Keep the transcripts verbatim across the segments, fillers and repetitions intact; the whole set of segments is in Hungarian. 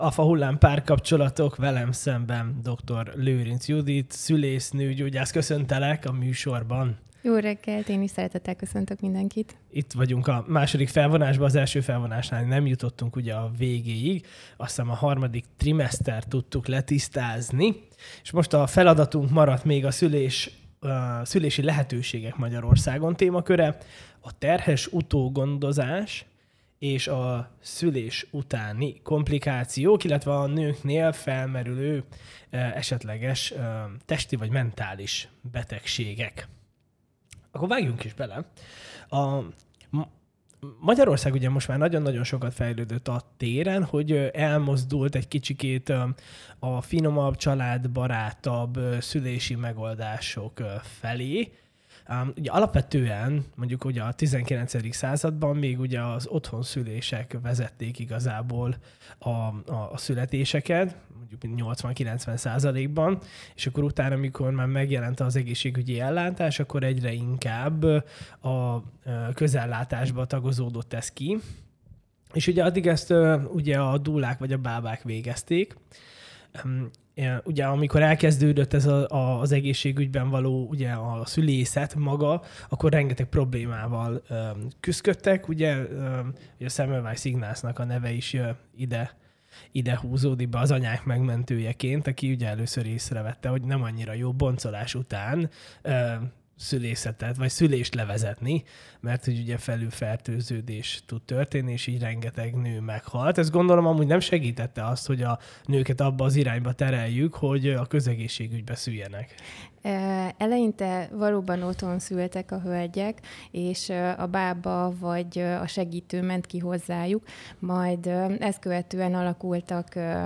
Afa Hullám párkapcsolatok, velem szemben dr. Lőrinc Judit, szülésznő, gyógyász, köszöntelek a műsorban. Jó reggelt, én is szeretettel köszöntök mindenkit. Itt vagyunk a második felvonásban, az első felvonásnál nem jutottunk ugye a végéig, azt hiszem a harmadik trimester tudtuk letisztázni, és most a feladatunk maradt még a szülés, a szülési lehetőségek Magyarországon témaköre, a terhes utógondozás és a szülés utáni komplikációk, illetve a nőknél felmerülő esetleges testi vagy mentális betegségek. Akkor vágjunk is bele. A Magyarország ugye most már nagyon-nagyon sokat fejlődött a téren, hogy elmozdult egy kicsikét a finomabb, családbarátabb szülési megoldások felé. Ugye alapvetően mondjuk ugye a tizenkilencedik században még ugye az otthonszülések vezették igazából a, a, a születéseket, mondjuk nyolcvan-kilencven százalékban, és akkor utána, amikor már megjelent az egészségügyi ellátás, akkor egyre inkább a közellátásba tagozódott ez ki. És ugye addig ezt ugye a dúlák vagy a bábák végezték. Ugye amikor elkezdődött ez a, a, az egészségügyben való ugye a szülészet maga, akkor rengeteg problémával ö, küzdöttek. Ugye, ö, ugye a Semmelweis Ignaznak a neve is ö, ide, ide húzódik be az anyák megmentőjeként, aki ugye először észrevette, hogy nem annyira jó boncolás után ö, szülészetet, vagy szülést levezetni, mert hogy ugye felülfertőződés tud történni, és így rengeteg nő meghalt. Ez gondolom amúgy nem segítette azt, hogy a nőket abba az irányba tereljük, hogy a közegészségügybe szüljenek. Eleinte valóban otthon szültek a hölgyek, és a bába vagy a segítő ment ki hozzájuk, majd ezt követően alakultak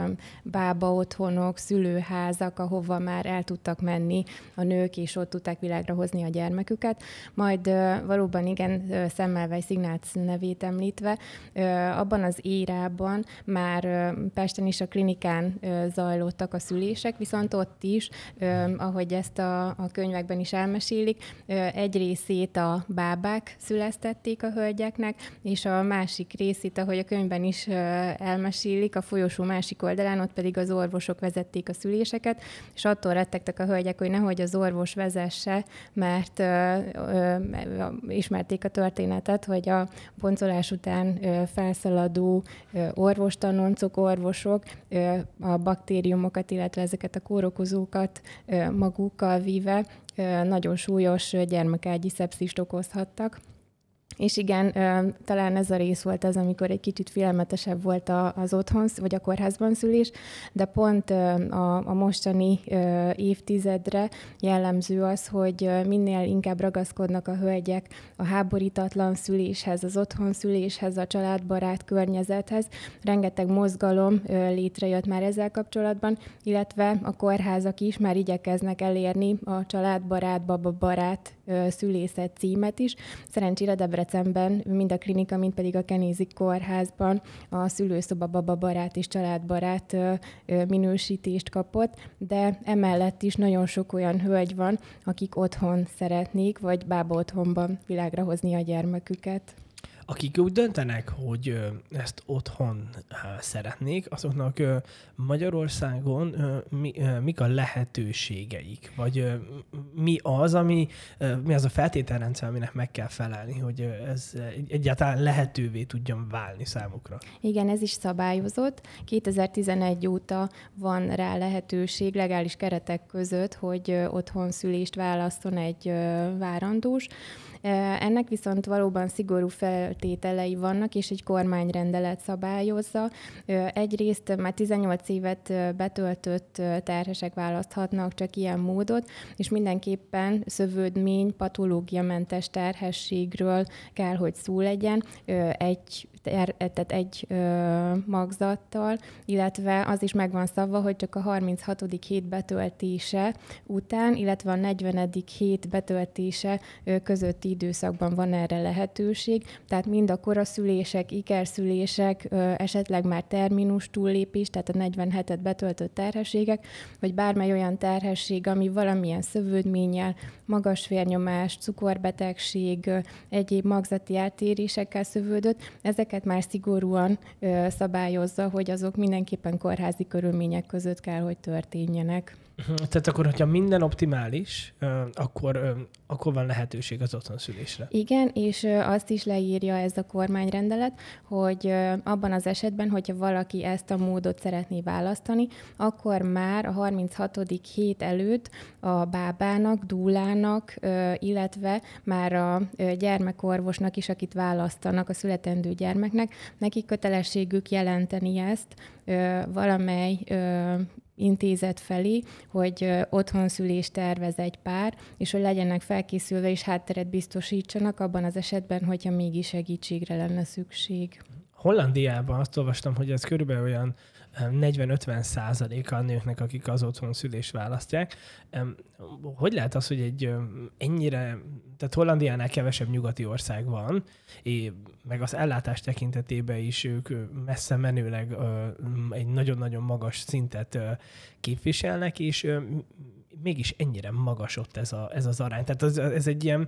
bába otthonok, szülőházak, ahova már el tudtak menni a nők, és ott tudták világra hozni a gyermeküket. Majd valóban igen, Semmelweis Ignaz nevét említve, abban az érában már Pesten is a klinikán zajlottak a szülések, viszont ott is, ahogy ezt a A, a könyvekben is elmesélik. Egy részét a bábák szüleztették a hölgyeknek, és a másik részét, ahogy a könyvben is elmesélik, a folyosó másik oldalán, ott pedig az orvosok vezették a szüléseket, és attól rettegtek a hölgyek, hogy nehogy az orvos vezesse, mert ö, ö, ismerték a történetet, hogy a boncolás után ö, felszaladó ö, orvostanoncok, orvosok ö, a baktériumokat, illetve ezeket a kórokozókat ö, magukkal víve nagyon súlyos gyermekágyi szepszist okozhattak. És igen, talán ez a rész volt az, amikor egy kicsit félelmetesebb volt az otthon, vagy a kórházban szülés, de pont a, a mostani évtizedre jellemző az, hogy minél inkább ragaszkodnak a hölgyek a háborítatlan szüléshez, az otthon szüléshez, a családbarát környezethez. Rengeteg mozgalom létrejött már ezzel kapcsolatban, illetve a kórházak is már igyekeznek elérni a családbarát, bababarát szülészet címet is. Szerencsére Debrecenben mind a klinika, mind pedig a Kenézi kórházban a szülőszoba bababarát és családbarát minősítést kapott, de emellett is nagyon sok olyan hölgy van, akik otthon szeretnék, vagy bába otthonban világra hozni a gyermeküket. Akik úgy döntenek, hogy ezt otthon szeretnék, azoknak Magyarországon mi, mik a lehetőségeik? Vagy mi az, ami, mi az a feltételrendszer, aminek meg kell felelni, hogy ez egyáltalán lehetővé tudjon válni számukra? Igen, ez is szabályozott. kétezer-tizenegy óta van rá lehetőség legális keretek között, hogy otthon szülést válasszon egy várandós. Ennek viszont valóban szigorú feltételei vannak, és egy kormányrendelet szabályozza. Egyrészt már tizennyolc évet betöltött terhesek választhatnak csak ilyen módot, és mindenképpen szövődmény, patológiamentes terhességről kell, hogy szó legyen, egy, ter, tehát egy ö, magzattal, illetve az is meg van szabva, hogy csak a harminchatodik hét betöltése után, illetve a negyvenedik hét betöltése közötti időszakban van erre lehetőség, tehát mind a koraszülések, ikerszülések, esetleg már terminus túllépés, tehát a negyvenhetet betöltött terhességek, vagy bármely olyan terhesség, ami valamilyen szövődménnyel, magas vérnyomás, cukorbetegség, egyéb magzati eltérésekkel szövődött, ezeket ezeket már szigorúan ö, szabályozza, hogy azok mindenképpen kórházi körülmények között kell, hogy történjenek. Tehát akkor, hogyha minden optimális, akkor, akkor van lehetőség az otthonszülésre. Igen, és azt is leírja ez a kormányrendelet, hogy abban az esetben, hogyha valaki ezt a módot szeretné választani, akkor már a harminchatodik hét előtt a bábának, dúlának, illetve már a gyermekorvosnak is, akit választanak a születendő gyermeknek, neki kötelességük jelenteni ezt valamely intézet felé, hogy otthonszülést tervez egy pár, és hogy legyenek felkészülve és hátteret biztosítsanak abban az esetben, hogyha mégis segítségre lenne szükség. Hollandiában azt olvastam, hogy ez körülbelül olyan negyven-ötven százaléka a nőknek, akik az otthonszülést választják. Hogy lehet az, hogy egy ennyire, tehát Hollandiánál kevesebb nyugati ország van, és meg az ellátás tekintetében is ők messze menőleg egy nagyon-nagyon magas szintet képviselnek, és mégis ennyire magas ott ez, a, ez az arány. Tehát az, ez egy ilyen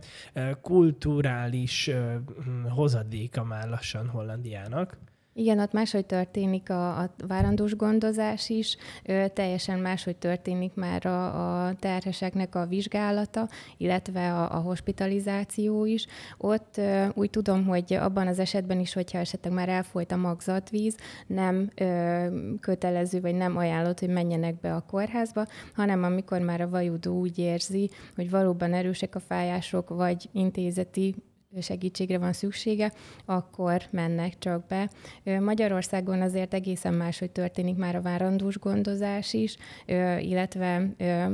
kulturális hozadéka már lassan Hollandiának. Igen, ott máshogy történik a, a várandós gondozás is, ö, teljesen máshogy történik már a, a terheseknek a vizsgálata, illetve a, a hospitalizáció is. Ott ö, úgy tudom, hogy abban az esetben is, hogyha esetleg már elfolyt a magzatvíz, nem ö, kötelező, vagy nem ajánlott, hogy menjenek be a kórházba, hanem amikor már a vajudó úgy érzi, hogy valóban erősek a fájások, vagy intézeti segítségre van szüksége, akkor mennek csak be. Magyarországon azért egészen máshogy történik már a várandós gondozás is, illetve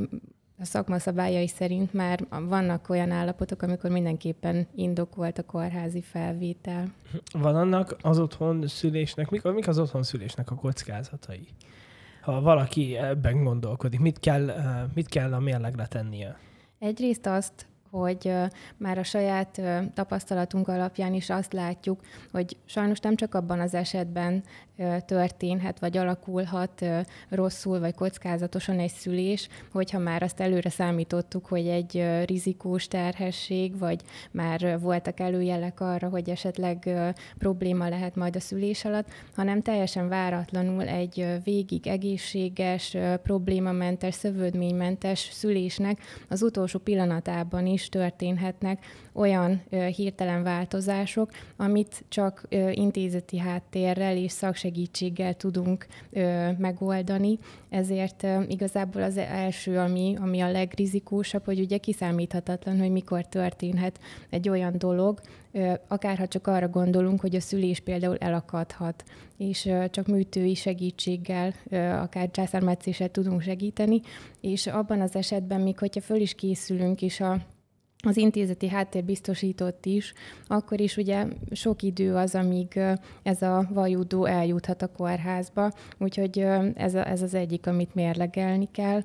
a szakma szabályai szerint már vannak olyan állapotok, amikor mindenképpen indokolt a kórházi felvétel. Van annak az otthon szülésnek, mik, mik az otthon szülésnek a kockázatai? Ha valaki ebben gondolkodik, mit kell, mit kell a mérlegre tennie? Egyrészt azt, hogy uh, már a saját uh, tapasztalatunk alapján is azt látjuk, hogy sajnos nem csak abban az esetben uh, történhet, vagy alakulhat uh, rosszul, vagy kockázatosan egy szülés, hogyha már azt előre számítottuk, hogy egy uh, rizikós terhesség, vagy már uh, voltak előjelek arra, hogy esetleg uh, probléma lehet majd a szülés alatt, hanem teljesen váratlanul egy uh, végig egészséges, uh, problémamentes, szövődménymentes szülésnek az utolsó pillanatában is történhetnek olyan ö, hirtelen változások, amit csak ö, intézeti háttérrel és szaksegítséggel tudunk ö, megoldani. Ezért ö, igazából az első, ami, ami a legrizikósabb, hogy ugye kiszámíthatatlan, hogy mikor történhet egy olyan dolog, ö, akárha csak arra gondolunk, hogy a szülés például elakadhat, és ö, csak műtői segítséggel, ö, akár császármetszéssel tudunk segíteni, és abban az esetben, még hogyha föl is készülünk, és a az intézeti háttér biztosított is, akkor is ugye sok idő az, amíg ez a vajudó eljuthat a kórházba, úgyhogy ez, a, ez az egyik, amit mérlegelni kell.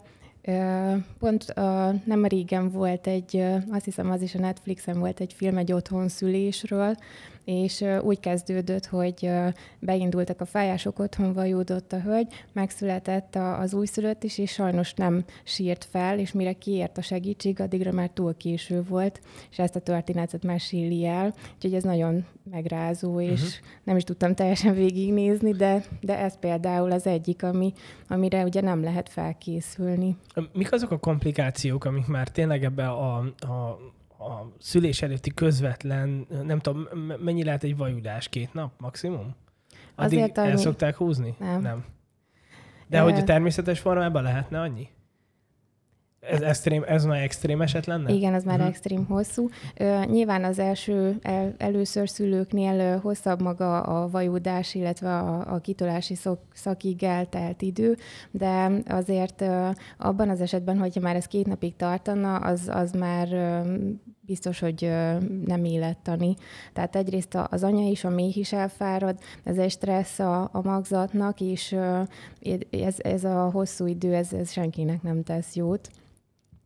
Pont nem régen volt egy, azt hiszem az is a Netflixen volt egy film egy otthonszülésről, és úgy kezdődött, hogy beindultak a fájások, otthon vajúdott a hölgy, megszületett az újszülött is, és sajnos nem sírt fel, és mire kiért a segítség, addigra már túl késő volt, és ezt a történetet meséli el, úgyhogy ez nagyon megrázó, és uh-huh. nem is tudtam teljesen végignézni, de, de ez például az egyik, ami, amire ugye nem lehet felkészülni. Mik azok a komplikációk, amik már tényleg ebbe a, a a szülés előtti közvetlen, nem tudom, mennyi lehet egy vajudás? Két nap maximum? Addig Azért, el annyi... szokták húzni? Nem. nem. De e... hogy a természetes formában lehetne annyi? Ez, extrém, ez már extrém eset lenne? Igen, az már uh-huh. extrém hosszú. Uh, nyilván az első el, először szülőknél uh, hosszabb maga a vajúdás, illetve a, a kitolási szok, szakig eltelt idő, de azért uh, abban az esetben, hogyha már ez két napig tartana, az, az már uh, biztos, hogy uh, nem élettani. Tehát egyrészt az anya is, a méh is elfárad, ez egy stressz a, a magzatnak, és uh, ez, ez a hosszú idő, ez, ez senkinek nem tesz jót.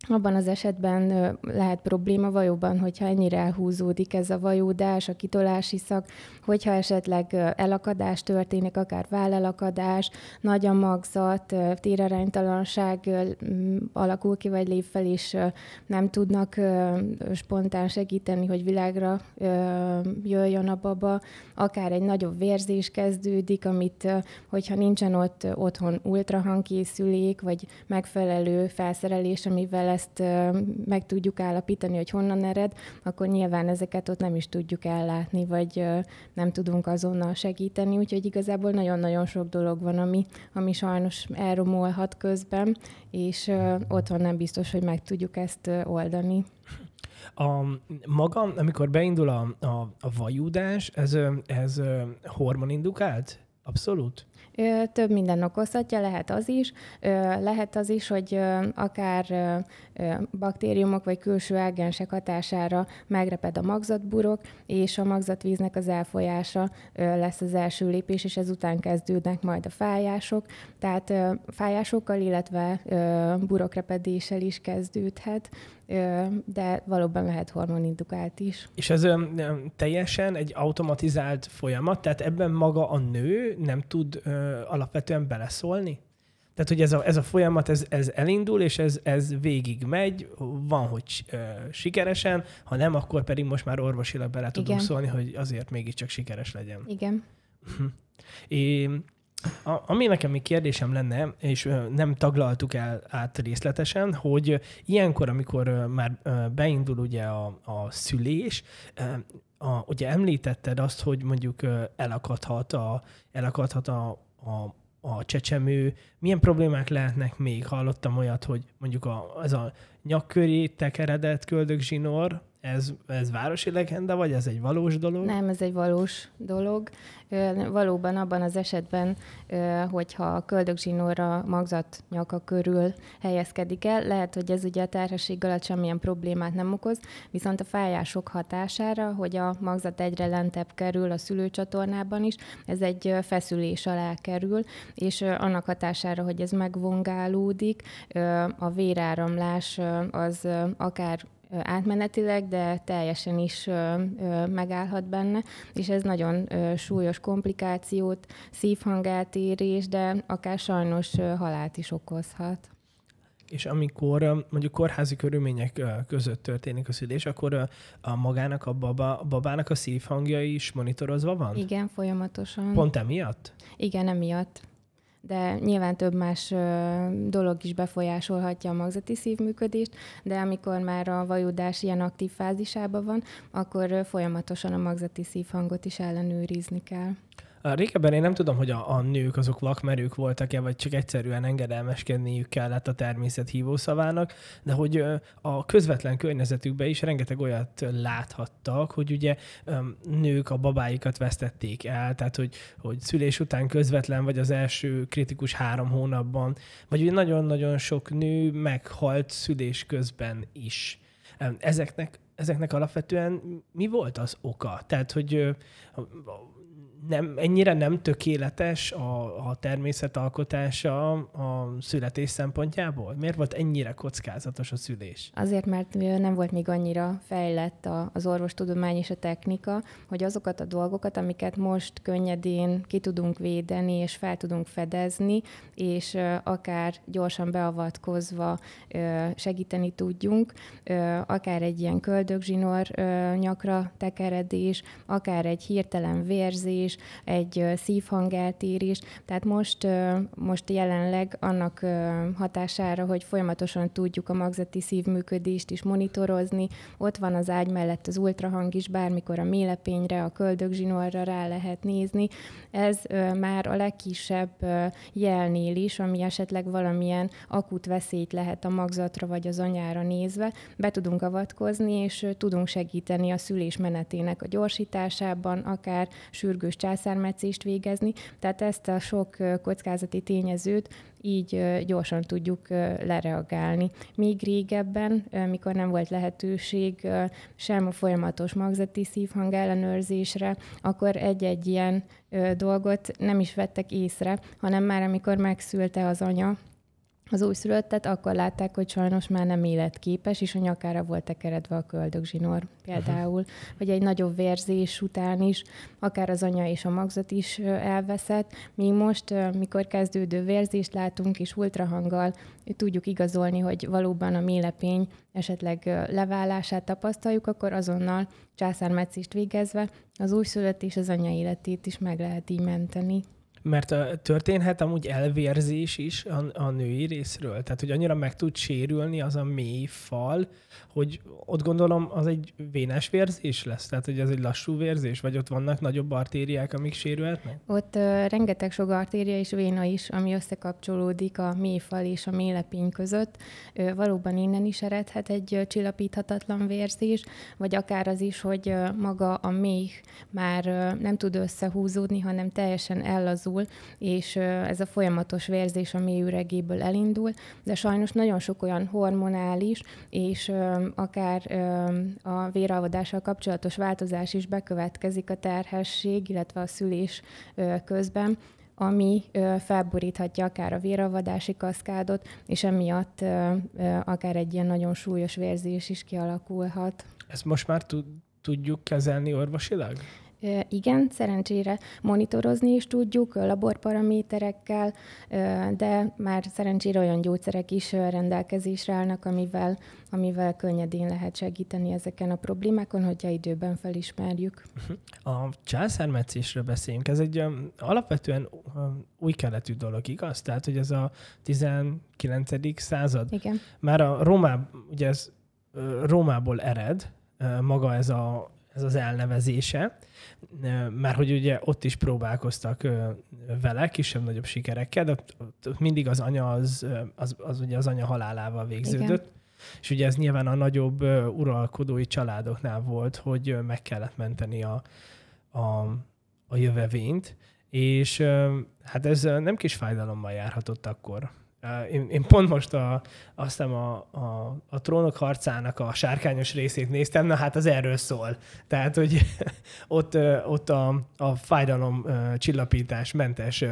Abban az esetben lehet probléma valóban, hogyha ennyire elhúzódik ez a vajúdás, a kitolási szak, hogyha esetleg elakadás történik, akár vállelakadás, nagy a magzat, téraránytalanság alakul ki, vagy lép fel, és nem tudnak spontán segíteni, hogy világra jöjjön a baba, akár egy nagyobb vérzés kezdődik, amit, hogyha nincsen ott otthon ultrahangkészülék, vagy megfelelő felszerelés, amivel ezt meg tudjuk állapítani, hogy honnan ered, akkor nyilván ezeket ott nem is tudjuk ellátni, vagy nem tudunk azonnal segíteni, úgyhogy igazából nagyon-nagyon sok dolog van, ami, ami sajnos elromolhat közben, és otthon nem biztos, hogy meg tudjuk ezt oldani. A maga, amikor beindul a, a, a vajúdás, ez, ez hormonindukált? Abszolút? Több minden okozhatja, lehet az is. Lehet az is, hogy akár baktériumok vagy külső ágensek hatására megreped a magzatburok, és a magzatvíznek az elfolyása lesz az első lépés, és ezután kezdődnek majd a fájások. Tehát fájásokkal, illetve burokrepedéssel is kezdődhet, de valóban lehet hormonindukált is. És ez ö, teljesen egy automatizált folyamat, tehát ebben maga a nő nem tud ö, alapvetően beleszólni? Tehát, hogy ez a, ez a folyamat, ez, ez elindul, és ez, ez végig megy, van, hogy ö, sikeresen, ha nem, akkor pedig most már orvosilag bele tudunk szólni, hogy azért mégiscsak sikeres legyen. Igen. É, A, ami nekem még kérdésem lenne, és nem taglaltuk el át részletesen, hogy ilyenkor, amikor már beindul ugye a, a szülés, a, ugye említetted azt, hogy mondjuk elakadhat a, elakadhat a, a, a csecsemő. Milyen problémák lehetnek még? Hallottam olyat, hogy mondjuk a, ez a nyakköré tekeredett köldögzsinór, Ez, ez városi legenda, vagy ez egy valós dolog? Nem, ez egy valós dolog. Valóban abban az esetben, hogyha a köldögzsinór a magzat nyaka körül helyezkedik el, lehet, hogy ez ugye a terhesség alatt semmilyen problémát nem okoz, viszont a fájások hatására, hogy a magzat egyre lentebb kerül a szülőcsatornában is, ez egy feszülés alá kerül, és annak hatására, hogy ez megvongálódik, a véráramlás az akár átmenetileg, de teljesen is ö, ö, megállhat benne, és ez nagyon ö, súlyos komplikációt, szívhangeltérés, de akár sajnos ö, halált is okozhat. És amikor mondjuk kórházi körülmények között történik a szülés, akkor a magának, a, baba, a babának a szívhangja is monitorozva van? Igen, folyamatosan. Pont emiatt? Igen, emiatt. De nyilván több más dolog is befolyásolhatja a magzati szívműködést, de amikor már a vajúdás ilyen aktív fázisában van, akkor folyamatosan a magzati szívhangot is ellenőrizni kell. Régebben én nem tudom, hogy a, a nők azok vakmerők voltak-e, vagy csak egyszerűen engedelmeskedniük kellett a természet hívószavának, de hogy a közvetlen környezetükben is rengeteg olyat láthattak, hogy ugye nők a babáikat vesztették el, tehát hogy, hogy szülés után közvetlen, vagy az első kritikus három hónapban, vagy ugye nagyon-nagyon sok nő meghalt szülés közben is. Ezeknek, ezeknek alapvetően mi volt az oka? Tehát, hogy nem, ennyire nem tökéletes a, a természet alkotása a születés szempontjából? Miért volt ennyire kockázatos a szülés? Azért, mert nem volt még annyira fejlett az orvostudomány és a technika, hogy azokat a dolgokat, amiket most könnyedén ki tudunk védeni és fel tudunk fedezni, és akár gyorsan beavatkozva segíteni tudjunk, akár egy ilyen köldögzsinór nyakra tekeredés, akár egy hirtelen vérzés, egy szívhangeltérés. Tehát most, most jelenleg annak hatására, hogy folyamatosan tudjuk a magzati szívműködést is monitorozni, ott van az ágy mellett az ultrahang is, bármikor a mélepényre, a köldögzsinórra rá lehet nézni. Ez már a legkisebb jelnél is, ami esetleg valamilyen akut veszélyt lehet a magzatra vagy az anyára nézve, be tudunk avatkozni, és tudunk segíteni a szülés menetének a gyorsításában, akár sürgős császármetszést végezni, tehát ezt a sok kockázati tényezőt így gyorsan tudjuk lereagálni. Míg régebben, mikor nem volt lehetőség sem a folyamatos magzati szívhang ellenőrzésre, akkor egy-egy ilyen dolgot nem is vettek észre, hanem már amikor megszülte az anya, az újszülöttet, akkor látták, hogy sajnos már nem életképes, és a nyakára volt tekeredve a köldögzsinór például. Uh-huh. Vagy egy nagyobb vérzés után is, akár az anya és a magzat is elveszett. Míg most, mikor kezdődő vérzést látunk, és ultrahanggal tudjuk igazolni, hogy valóban a méhlepény esetleg leválását tapasztaljuk, akkor azonnal császármetszést végezve az újszülött és az anya életét is meg lehet így menteni. Mert történhet amúgy elvérzés is a, a női részről? Tehát, hogy annyira meg tud sérülni az a mély fal, hogy ott gondolom az egy vénás vérzés lesz? Tehát, hogy ez egy lassú vérzés? Vagy ott vannak nagyobb artériák, amik sérülhetnek? Ott uh, rengeteg sok artéria és véna is, ami összekapcsolódik a mélyfal és a méhlepény között. Uh, valóban innen is eredhet egy uh, csillapíthatatlan vérzés, vagy akár az is, hogy uh, maga a méh már uh, nem tud összehúzódni, hanem teljesen ellazul, és ez a folyamatos vérzés a méhüregéből elindul, de sajnos nagyon sok olyan hormonális, és akár a véralvadással kapcsolatos változás is bekövetkezik a terhesség, illetve a szülés közben, ami felboríthatja akár a véralvadási kaszkádot, és emiatt akár egy ilyen nagyon súlyos vérzés is kialakulhat. Ezt most már tudjuk kezelni orvosilag? Igen, szerencsére monitorozni is tudjuk laborparaméterekkel, de már szerencsére olyan gyógyszerek is rendelkezésre állnak, amivel, amivel könnyedén lehet segíteni ezeken a problémákon, hogyha időben felismerjük. A császármetszésről beszéljünk. Ez egy um, alapvetően um, új keletű dolog, igaz? Tehát, hogy ez a tizenkilencedik század. Igen. Már a Rómá, ugye ez uh, Rómából ered uh, maga ez a ez az elnevezése, mert hogy ugye ott is próbálkoztak vele, kisebb-nagyobb sikerekkel, de ott mindig az anya az, az, az ugye az anya halálával végződött. Igen. És ugye ez nyilván a nagyobb uralkodói családoknál volt, hogy meg kellett menteni a, a, a jövevényt, és hát ez nem kis fájdalommal járhatott akkor. Én, én pont most a, aztán a, a, a Trónok harcának a sárkányos részét néztem, na hát az erről szól. Tehát, hogy ott, ott a, a fájdalom csillapítás mentes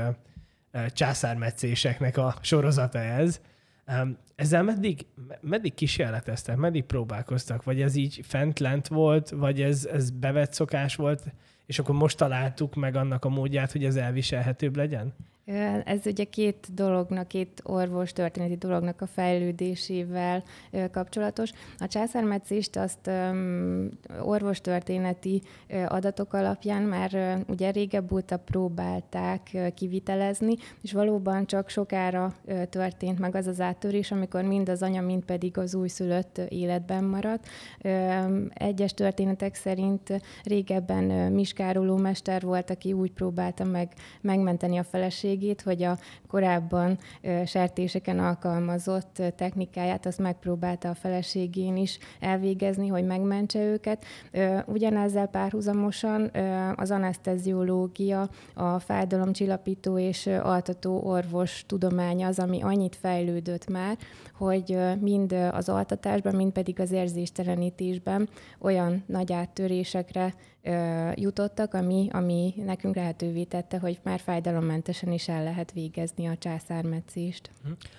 császármetszéseknek a sorozata ez. Ezzel meddig, meddig kísérleteztek, meddig próbálkoztak? Vagy ez így fent-lent volt, vagy ez, ez bevett szokás volt, és akkor most találtuk meg annak a módját, hogy ez elviselhetőbb legyen? Ez ugye két dolognak, két orvos történeti dolognak a fejlődésével kapcsolatos. A császármetszést azt um, orvostörténeti adatok alapján már ugye régebb óta próbálták kivitelezni, és valóban csak sokára történt meg az az áttörés, amikor mind az anya, mind pedig az újszülött életben maradt. Egyes történetek szerint régebben miskároló mester volt, aki úgy próbálta meg megmenteni a feleségét, hogy a korábban ö, sertéseken alkalmazott technikáját azt megpróbálta a feleségén is elvégezni, hogy megmentse őket. Ö, ugyanezzel párhuzamosan ö, az aneszteziológia, a fájdalomcsillapító és ö, altató orvos tudománya az, ami annyit fejlődött már, hogy ö, mind az altatásban, mind pedig az érzéstelenítésben olyan nagy áttörésekre ö, jutottak, ami, ami nekünk lehetővé tette, hogy már fájdalommentesen is el lehet végezni a császármetszést.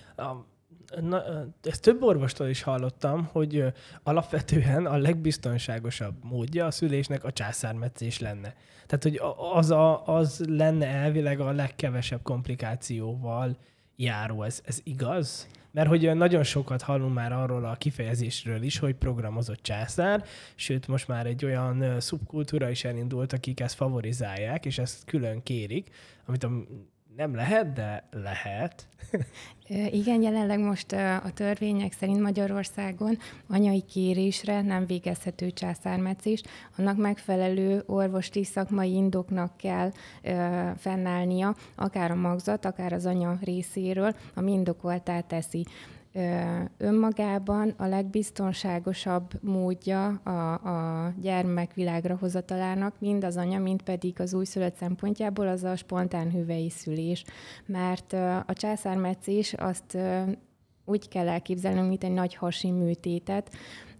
Na, ezt több orvostól is hallottam, hogy alapvetően a legbiztonságosabb módja a szülésnek a császármetszés lenne. Tehát, hogy az, a, az lenne elvileg a legkevesebb komplikációval járó. Ez, ez igaz? Mert hogy nagyon sokat hallunk már arról a kifejezésről is, hogy programozott császár, sőt most már egy olyan szubkultúra is elindult, akik ezt favorizálják, és ezt külön kérik, amit a nem lehet, de lehet. Igen, jelenleg most a törvények szerint Magyarországon anyai kérésre nem végezhető császármetszés. Annak megfelelő orvosi szakmai indoknak kell fennállnia, akár a magzat, akár az anya részéről, ami indokoltá teszi. Önmagában a legbiztonságosabb módja a, a gyermek világra hozatalának, mind az anya, mind pedig az újszülött szempontjából az a spontán hüvei szülés. Mert a császármetszés azt úgy kell elképzelnünk, mint egy nagy hasi műtétet,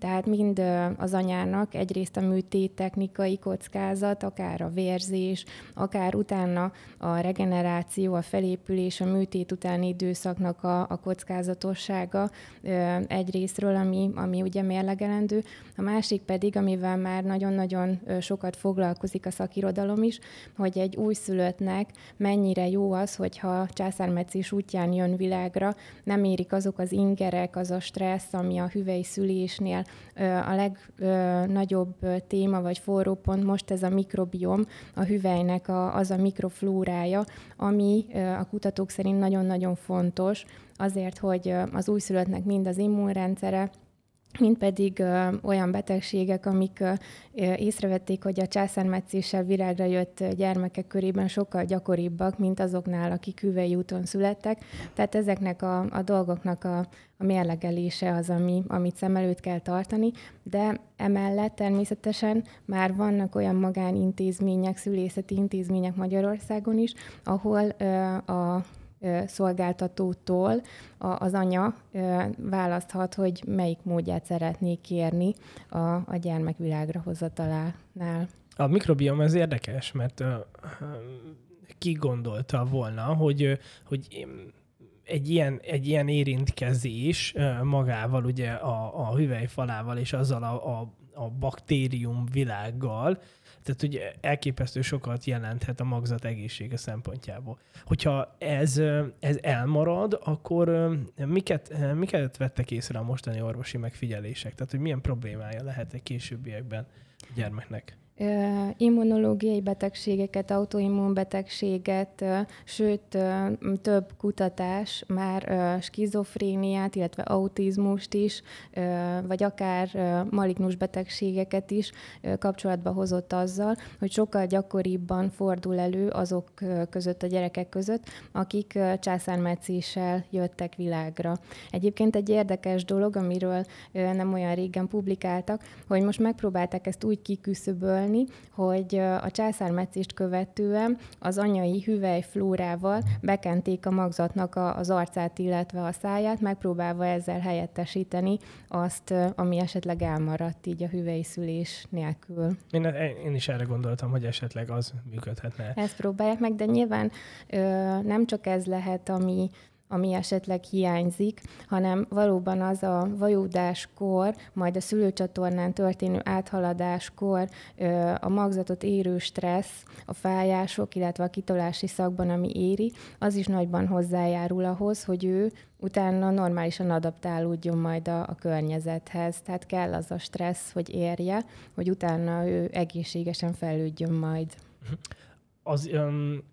Tehát mind az anyának egyrészt a műtét technikai kockázat, akár a vérzés, akár utána a regeneráció, a felépülés, a műtét utáni időszaknak a, a kockázatossága egyrésztről, ami, ami ugye mérlegelendő. A másik pedig, amivel már nagyon-nagyon sokat foglalkozik a szakirodalom is, hogy egy újszülöttnek mennyire jó az, hogyha császármetszés útján jön világra, nem érik azok az ingerek, az a stressz, ami a hüvely szülésnél a legnagyobb téma vagy forró pont most ez a mikrobiom, a hüvelynek a, az a mikroflórája, ami a kutatók szerint nagyon-nagyon fontos azért, hogy az újszülöttnek mind az immunrendszere, mint pedig ö, olyan betegségek, amik ö, észrevették, hogy a császármetszéssel virágra jött gyermekek körében sokkal gyakoribbak, mint azoknál, akik hüvelyi úton születtek. Tehát ezeknek a, a dolgoknak a, a mérlegelése az, ami, amit szem előtt kell tartani, de emellett természetesen már vannak olyan magánintézmények, szülészeti intézmények Magyarországon is, ahol ö, a szolgáltatótól az anya választhat, hogy melyik módját szeretné kérni a, a gyermek világra hozatalánál. A mikrobiom ez érdekes, mert uh, ki gondolta volna, hogy, hogy egy ilyen, egy ilyen érintkezés magával, ugye a, a hüvelyfalával és azzal a, a, a baktérium világgal, tehát ugye elképesztő sokat jelenthet a magzat egészsége szempontjából. Hogyha ez, ez elmarad, akkor miket, miket vettek észre a mostani orvosi megfigyelések? Tehát, hogy milyen problémája lehet egy későbbiekben a gyermeknek? Immunológiai betegségeket, autoimmunbetegséget, sőt több kutatás már skizofréniát, illetve autizmust is, vagy akár malignus betegségeket is kapcsolatba hozott azzal, hogy sokkal gyakoribban fordul elő azok között, a gyerekek között, akik császármetszéssel jöttek világra. Egyébként egy érdekes dolog, amiről nem olyan régen publikáltak, hogy most megpróbálták ezt úgy kiküszöbölni, hogy a császármetszést követően az anyai hüvelyflórával bekenték a magzatnak az arcát, illetve a száját, megpróbálva ezzel helyettesíteni azt, ami esetleg elmaradt így a hüvelyi szülés nélkül. Én, én is erre gondoltam, hogy esetleg az működhetne. Ezt próbálják meg, de nyilván ö, nem csak ez lehet, ami ami esetleg hiányzik, hanem valóban az a vajúdáskor, majd a szülőcsatornán történő áthaladáskor a magzatot érő stressz, a fájások, illetve a kitolási szakban, ami éri, az is nagyban hozzájárul ahhoz, hogy ő utána normálisan adaptálódjon majd a, a környezethez. Tehát kell az a stressz, hogy érje, hogy utána ő egészségesen fejlődjön majd. Az... Um...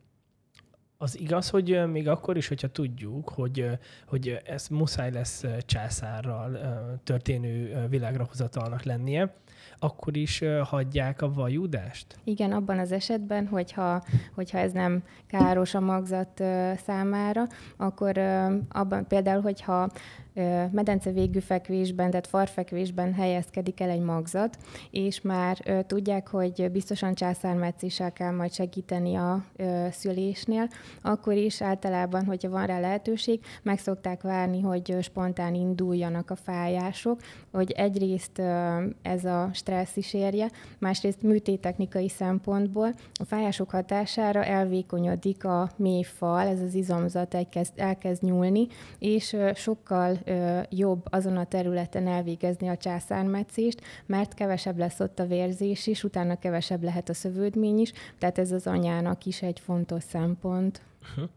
Az igaz, hogy még akkor is, hogyha tudjuk, hogy, hogy ez muszáj lesz császárral történő világra hozatalnak lennie, akkor is hagyják a vajúdást? Igen, abban az esetben, hogyha, hogyha ez nem káros a magzat számára, akkor abban például, hogyha medence végű fekvésben, tehát farfekvésben helyezkedik el egy magzat, és már tudják, hogy biztosan császármetszéssel kell majd segíteni a szülésnél, akkor is általában, hogyha van rá lehetőség, meg szokták várni, hogy spontán induljanak a fájások, hogy egyrészt ez a stressz is érje, másrészt műtéttechnikai szempontból a fájások hatására elvékonyodik a mélyfal, ez az izomzat elkezd, elkezd nyúlni, és sokkal jobb azon a területen elvégezni a császármetszést, mert kevesebb lesz ott a vérzés is, utána kevesebb lehet a szövődmény is, tehát ez az anyának is egy fontos szempont. Uh-huh.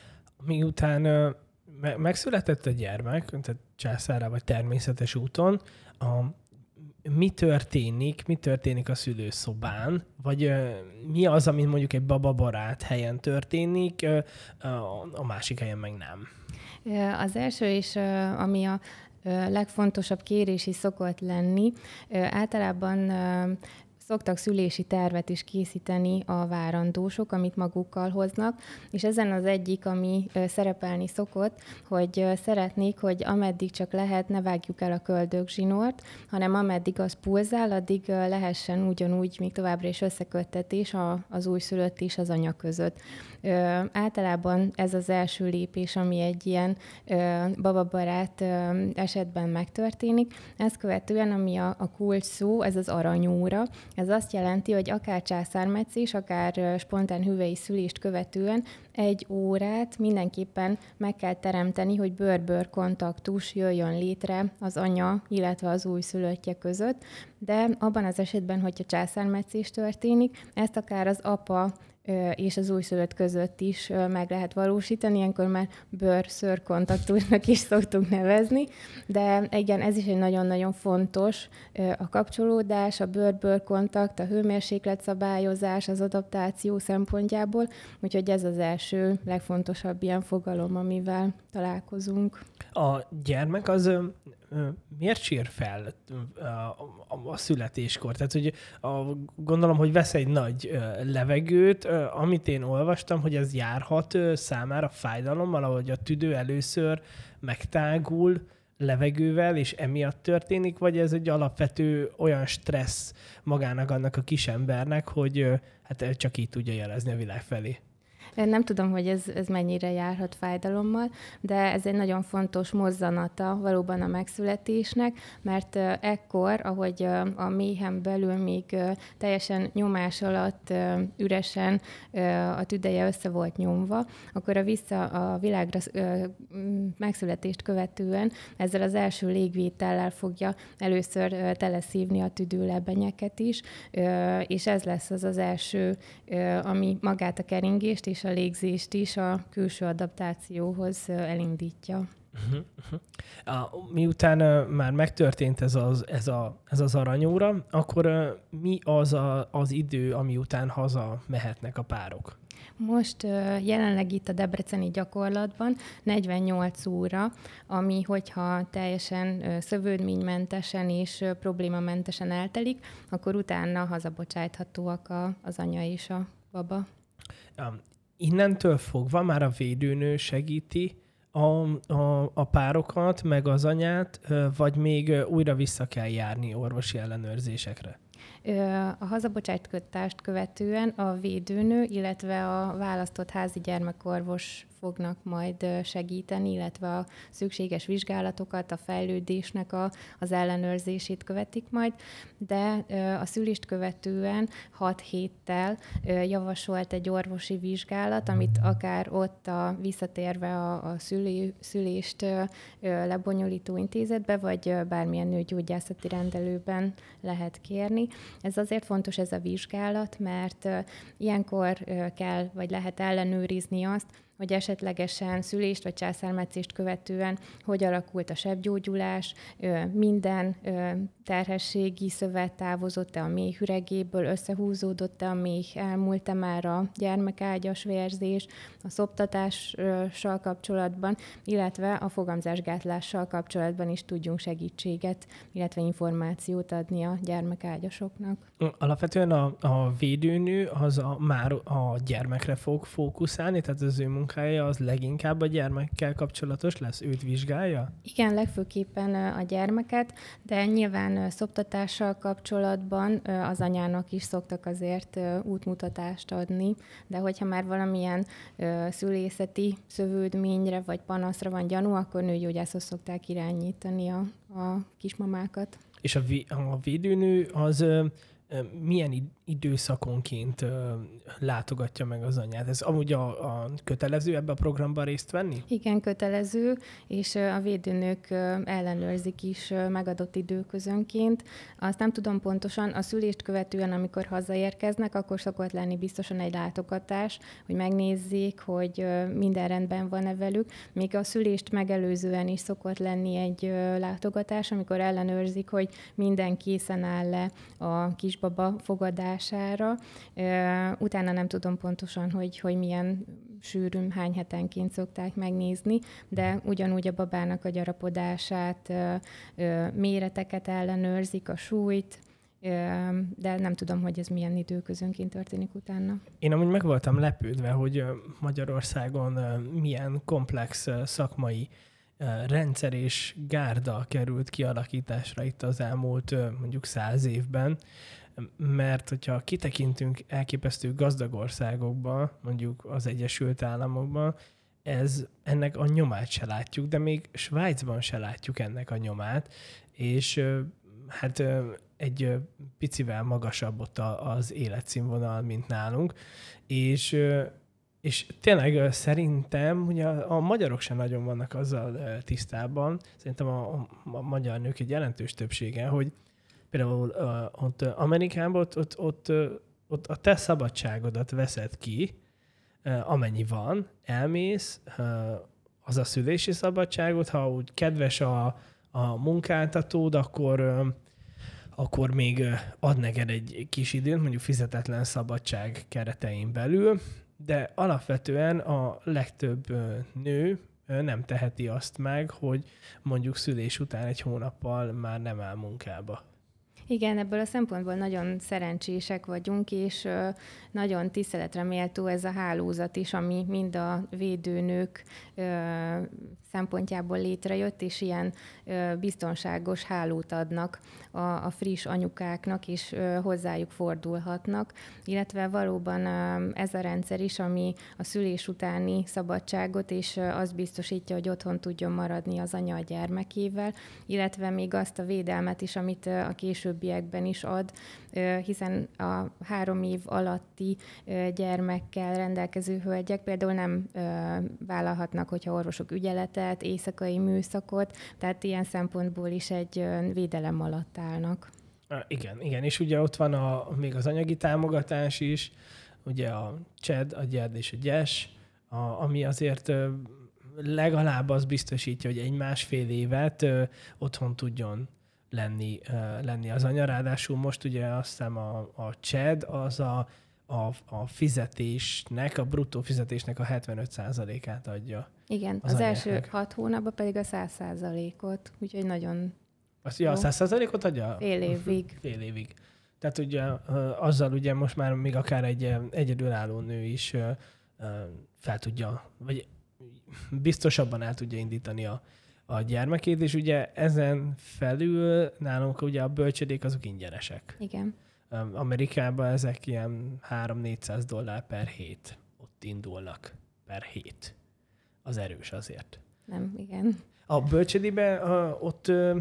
Miután uh, me- megszületett a gyermek, tehát császárra vagy természetes úton, a, mi történik, mi történik a szülőszobán, vagy uh, mi az, ami mondjuk egy bababarát helyen történik, uh, a, a másik helyen meg nem? Az első is, ami a legfontosabb kérés is szokott lenni, általában szoktak szülési tervet is készíteni a várandósok, amit magukkal hoznak, és ezen az egyik, ami szerepelni szokott, hogy szeretnék, hogy ameddig csak lehet, ne vágjuk el a köldögzsinort, hanem ameddig az pulzál, addig lehessen ugyanúgy még továbbra is összeköttetés az újszülött és az anya között. Ö, általában ez az első lépés, ami egy ilyen ö, bababarát ö, esetben megtörténik. Ezt követően, ami a, a kulcs szó, ez az aranyóra. Ez azt jelenti, hogy akár császármetszés, akár ö, spontán hüvei szülést követően egy órát mindenképpen meg kell teremteni, hogy bőr-bőr kontaktus jöjjön létre az anya, illetve az újszülöttje között, de abban az esetben, hogyha császármetszés történik, ezt akár az apa és az újszülött között is meg lehet valósítani, ilyenkor már bőr-szőr kontaktusnak is szoktunk nevezni, de igen, ez is egy nagyon-nagyon fontos a kapcsolódás, a bőr-bőr kontakt, a hőmérséklet szabályozás, az adaptáció szempontjából, úgyhogy ez az első legfontosabb ilyen fogalom, amivel találkozunk. A gyermek az miért sír fel a, a, a születéskor? Tehát, hogy a, gondolom, hogy vesz egy nagy levegőt, amit én olvastam, hogy ez járhat számára fájdalommal, ahogy a tüdő először megtágul levegővel, és emiatt történik, vagy ez egy alapvető olyan stressz magának, annak a kisembernek, hogy hát csak így tudja jelezni a világ felé? Nem tudom, hogy ez, ez mennyire járhat fájdalommal, de ez egy nagyon fontos mozzanata valóban a megszületésnek, mert ekkor, ahogy a méhen belül még teljesen nyomás alatt üresen a tüdeje össze volt nyomva, akkor a vissza a világra megszületést követően ezzel az első légvétellel fogja először teleszívni a tüdőlebenyeket is, és ez lesz az az első, ami magát a keringést és a légzést is a külső adaptációhoz elindítja. Uh-huh, uh-huh. Miután uh, már megtörtént ez az, ez, a, ez az aranyóra, akkor uh, mi az a, az idő, ami után haza mehetnek a párok? Most uh, jelenleg itt a debreceni gyakorlatban negyvennyolc óra, ami hogyha teljesen uh, szövődménymentesen és uh, problémamentesen eltelik, akkor utána hazabocsájthatóak a, az anya és a baba. Um, innentől fogva már a védőnő segíti a, a, a párokat, meg az anyát, vagy még újra vissza kell járni orvosi ellenőrzésekre? A hazabocsájtkozást követően a védőnő, illetve a választott házi gyermekorvos fognak majd segíteni, illetve a szükséges vizsgálatokat, a fejlődésnek a, az ellenőrzését követik majd, de a szülést követően hat héttel javasolt egy orvosi vizsgálat, amit akár ott a, visszatérve a, a szülő, szülést lebonyolító intézetbe, vagy bármilyen nőgyógyászati rendelőben lehet kérni. Ez azért fontos ez a vizsgálat, mert ilyenkor kell, vagy lehet ellenőrizni azt, hogy esetlegesen szülést vagy császármetszést követően hogy alakult a sebgyógyulás, minden terhességi szövet távozott-e a méh üregéből, összehúzódott-e a méh, elmúlt-e már a gyermekágyas vérzés, a szoptatással kapcsolatban, illetve a fogamzásgátlással kapcsolatban is tudjunk segítséget, illetve információt adni a gyermekágyasoknak. Alapvetően a, a védőnő az a, már a gyermekre fog fókuszálni, tehát az ő munkája az leginkább a gyermekkel kapcsolatos lesz, őt vizsgálja? Igen, legfőképpen a gyermeket, de nyilván szoptatással kapcsolatban az anyának is szoktak azért útmutatást adni, de hogyha már valamilyen szülészeti szövődményre vagy panaszra van gyanú, akkor nőgyógyászhoz szokták irányítani a, a kismamákat. És a, vé- a védőnő az milyen időszakonként látogatja meg az anyát? Ez amúgy a, a kötelező ebbe a programban részt venni? Igen, kötelező, és a védőnők ellenőrzik is megadott időközönként. Azt nem tudom pontosan, a szülést követően, amikor hazaérkeznek, akkor szokott lenni biztosan egy látogatás, hogy megnézzék, hogy minden rendben van-e velük. Még a szülést megelőzően is szokott lenni egy látogatás, amikor ellenőrzik, hogy minden készen áll-e a kisbaba fogadására. Utána nem tudom pontosan, hogy, hogy milyen sűrűn, hány hetenként szokták megnézni, de ugyanúgy a babának a gyarapodását, méreteket ellenőrzik, a súlyt, de nem tudom, hogy ez milyen időközönként történik utána. Én amúgy meg voltam lepődve, hogy Magyarországon milyen komplex szakmai rendszer és gárda került kialakításra itt az elmúlt mondjuk száz évben, mert hogyha kitekintünk elképesztő gazdag országokba, mondjuk az Egyesült Államokban, ez, ennek a nyomát se látjuk, de még Svájcban se látjuk ennek a nyomát, és hát egy picivel magasabb ott az életszínvonal, mint nálunk, és, és tényleg szerintem ugye a magyarok sem nagyon vannak azzal tisztában, szerintem a, a magyar nők egy jelentős többsége, hogy például ott Amerikában ott, ott, ott, ott a te szabadságodat veszed ki, amennyi van, elmész, az a szülési szabadságot, ha úgy kedves a, a munkáltatód, akkor, akkor még ad neked egy kis időt, mondjuk fizetetlen szabadság keretein belül, de alapvetően a legtöbb nő nem teheti azt meg, hogy mondjuk szülés után egy hónappal már nem áll munkába. Igen, ebből a szempontból nagyon szerencsések vagyunk, és nagyon tiszteletre méltó ez a hálózat is, ami mind a védőnők szempontjából létrejött, és ilyen biztonságos hálót adnak a, a friss anyukáknak, és hozzájuk fordulhatnak, illetve valóban ez a rendszer is, ami a szülés utáni szabadságot, és azt biztosítja, hogy otthon tudjon maradni az anya a gyermekével, illetve még azt a védelmet is, amit a későbbiekben is ad, hiszen a három év alatti gyermekkel rendelkező hölgyek például nem vállalhatnak, hogyha orvosok ügyeletet, éjszakai műszakot, tehát ilyen szempontból is egy védelem alatt állnak. Igen, igen, és ugye ott van a, még az anyagi támogatás is, ugye a cséd, a gyed és a gyes, a, ami azért legalább az biztosítja, hogy egy másfél évet otthon tudjon lenni, lenni az anya. Ráadásul most ugye azt hiszem a, a cséd az a, a, a fizetésnek, a bruttó fizetésnek a hetvenöt százalékát adja. Igen, az, az első hat hónapban pedig a száz százalékot, úgyhogy nagyon... Azt, ja, a száz százalékot adja? Fél évig. Fél évig. Tehát ugye azzal ugye most már még akár egy egyedülálló nő is fel tudja, vagy biztosabban el tudja indítani a, a gyermekét, és ugye ezen felül nálunk ugye a bölcsödék azok ingyenesek. Igen. Amerikában ezek ilyen három-négyszáz dollár per hét ott indulnak per hét. Az erős azért. Nem, igen. A bölcsödébe uh, ott, uh,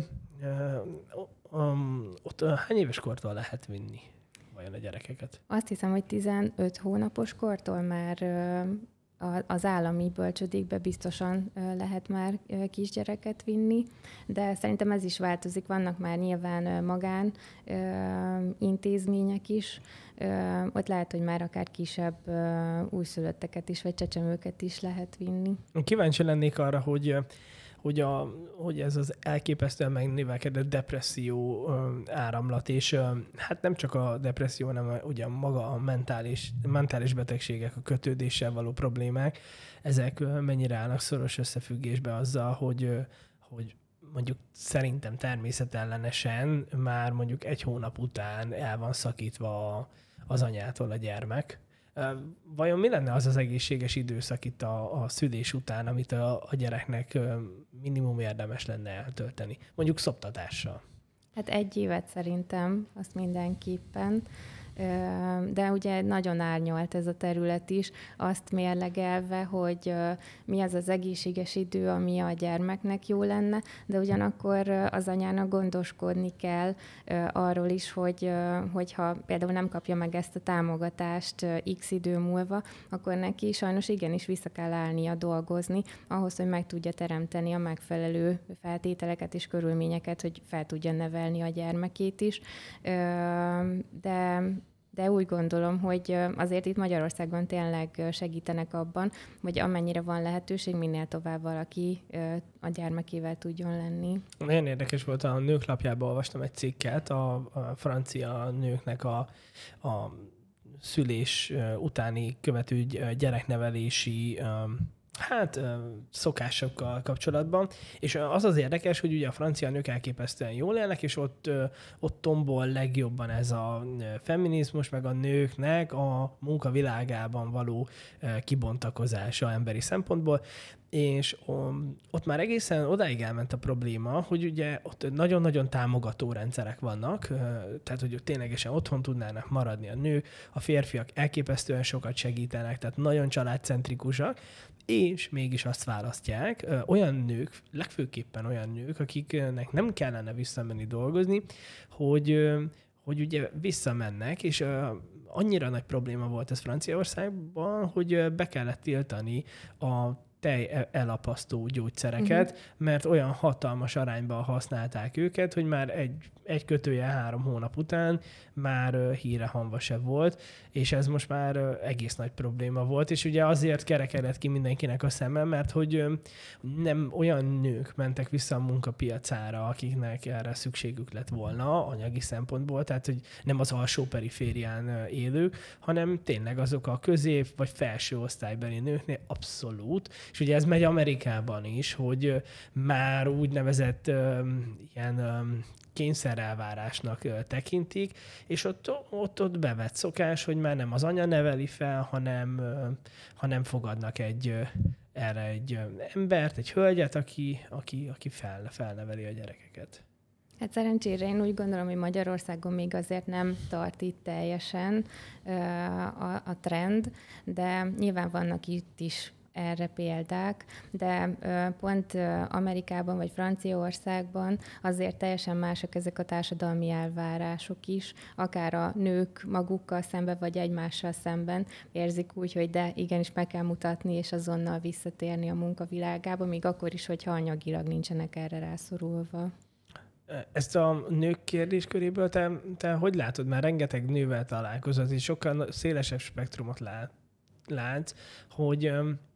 um, ott uh, hány éves kortól lehet vinni vajon a gyerekeket? Azt hiszem, hogy tizenöt hónapos kortól már uh, az állami bölcsödékbe biztosan lehet már kisgyereket vinni, de szerintem ez is változik. Vannak már nyilván magán intézmények is, ott lehet, hogy már akár kisebb újszülötteket is, vagy csecsemőket is lehet vinni. Kíváncsi lennék arra, hogy hogy, a, hogy ez az elképesztően megnövekedett depresszió áramlat, és hát nem csak a depresszió, hanem ugye maga a mentális, mentális betegségek, a kötődéssel való problémák, ezek mennyire állnak szoros összefüggésbe azzal, hogy, hogy mondjuk szerintem természetellenesen már mondjuk egy hónap után el van szakítva az anyától a gyermek. Vajon mi lenne az az egészséges időszak itt a, a szülés után, amit a, a gyereknek minimum érdemes lenne eltölteni? Mondjuk szoptatással. Hát egy évet szerintem, azt mindenképpen. De ugye nagyon árnyalt ez a terület is, azt mérlegelve, hogy mi az az egészséges idő, ami a gyermeknek jó lenne, de ugyanakkor az anyának gondoskodni kell arról is, hogy hogyha például nem kapja meg ezt a támogatást x idő múlva, akkor neki sajnos igenis vissza kell állnia dolgozni, ahhoz, hogy meg tudja teremteni a megfelelő feltételeket és körülményeket, hogy fel tudja nevelni a gyermekét is. De De úgy gondolom, hogy azért itt Magyarországon tényleg segítenek abban, hogy amennyire van lehetőség, minél tovább valaki a gyermekével tudjon lenni. Nagyon érdekes volt, a Nőklapjában olvastam egy cikket, a, a francia nőknek a, a szülés utáni követő gyereknevelési hát szokásokkal kapcsolatban. És az az érdekes, hogy ugye a francia nők elképesztően jól élnek, és ott, ott tombol legjobban ez a feminizmus, meg a nőknek a munkavilágában való kibontakozása emberi szempontból. És um, ott már egészen odáig elment a probléma, hogy ugye ott nagyon-nagyon támogató rendszerek vannak, tehát hogy ténylegesen otthon tudnának maradni a nők, a férfiak elképesztően sokat segítenek, tehát nagyon családcentrikusak, és mégis azt választják, olyan nők, legfőképpen olyan nők, akiknek nem kellene visszamenni dolgozni, hogy, hogy ugye visszamennek, és annyira nagy probléma volt ez Franciaországban, hogy be kellett tiltani a tej elapasztó gyógyszereket, uh-huh. mert olyan hatalmas arányban használták őket, hogy már egy, egy kötője három hónap után már híre hanva se volt, és ez most már egész nagy probléma volt, és ugye azért kerekedett ki mindenkinek a szeme, mert hogy nem olyan nők mentek vissza a munkapiacára, akiknek erre szükségük lett volna anyagi szempontból, tehát hogy nem az alsó periférián élők, hanem tényleg azok a közép vagy felső osztálybeli nőknél abszolút. És ugye ez megy Amerikában is, hogy már úgynevezett um, ilyen um, kényszerelvárásnak uh, tekintik, és ott, ott, ott bevett szokás, hogy már nem az anya neveli fel, hanem, uh, hanem fogadnak egy, uh, erre egy uh, embert, egy hölgyet, aki, aki, aki fel, felneveli a gyerekeket. Hát szerencsére én úgy gondolom, hogy Magyarországon még azért nem tart itt teljesen uh, a, a trend, de nyilván vannak itt is erre példák, de pont Amerikában vagy Franciaországban azért teljesen mások ezek a társadalmi elvárások is, akár a nők magukkal szemben, vagy egymással szemben érzik úgy, hogy de igenis meg kell mutatni, és azonnal visszatérni a munkavilágába, még akkor is, hogyha anyagilag nincsenek erre rászorulva. Ezt a nők kérdésköréből te, te hogy látod? Már rengeteg nővel találkozol, és sokkal szélesebb spektrumot lát, látsz, hogy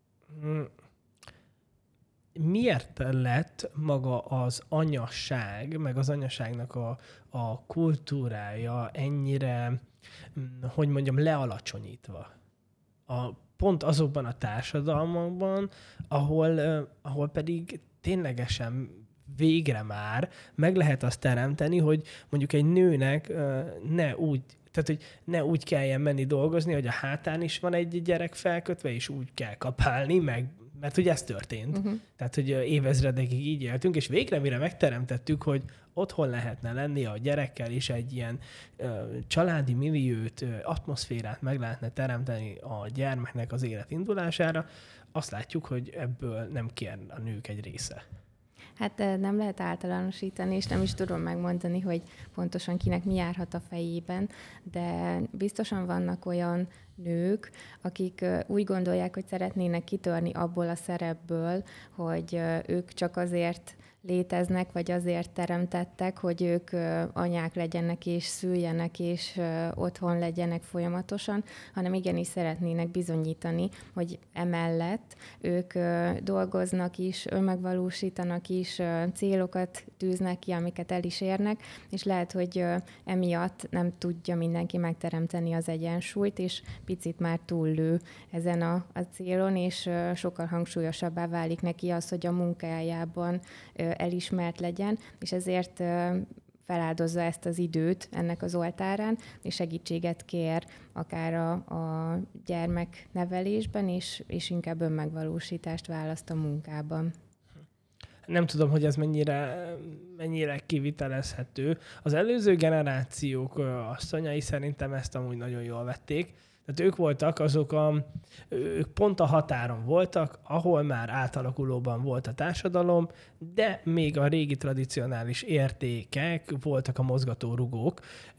miért lett maga az anyasság, meg az anyaságnak a, a kultúrája ennyire, hogy mondjam, lealacsonyítva? A, pont azokban a társadalmakban, ahol, ahol pedig ténylegesen végre már meg lehet azt teremteni, hogy mondjuk egy nőnek ne úgy, tehát, hogy ne úgy kelljen menni dolgozni, hogy a hátán is van egy gyerek felkötve, és úgy kell kapálni, meg, mert ugye ez történt. Uh-huh. Tehát, hogy évezredekig így éltünk, és végre mire megteremtettük, hogy otthon lehetne lenni a gyerekkel, és egy ilyen ö, családi milliót, ö, atmoszférát meg lehetne teremteni a gyermeknek az élet indulására, azt látjuk, hogy ebből nem kér a nők egy része. Hát nem lehet általánosítani, és nem is tudom megmondani, hogy pontosan kinek mi járhat a fejében, de biztosan vannak olyan nők, akik úgy gondolják, hogy szeretnének kitörni abból a szerepből, hogy ők csak azért léteznek, vagy azért teremtettek, hogy ők anyák legyenek, és szüljenek, és otthon legyenek folyamatosan, hanem igenis szeretnének bizonyítani, hogy emellett ők dolgoznak is, önmegvalósítanak is, célokat tűznek ki, amiket el is érnek, és lehet, hogy emiatt nem tudja mindenki megteremteni az egyensúlyt, és picit már túllő ezen a, a célon, és sokkal hangsúlyosabbá válik neki az, hogy a munkájában elismert legyen, és ezért feláldozza ezt az időt ennek az oltárán, és segítséget kér akár a, a gyermeknevelésben, és, és inkább önmegvalósítást választ a munkában. Nem tudom, hogy ez mennyire, mennyire kivitelezhető. Az előző generációk asszonyai szerintem ezt amúgy nagyon jól vették. Tehát ők voltak azok a, ők pont a határon voltak, ahol már átalakulóban volt a társadalom, de még a régi tradicionális értékek voltak a mozgatórugók,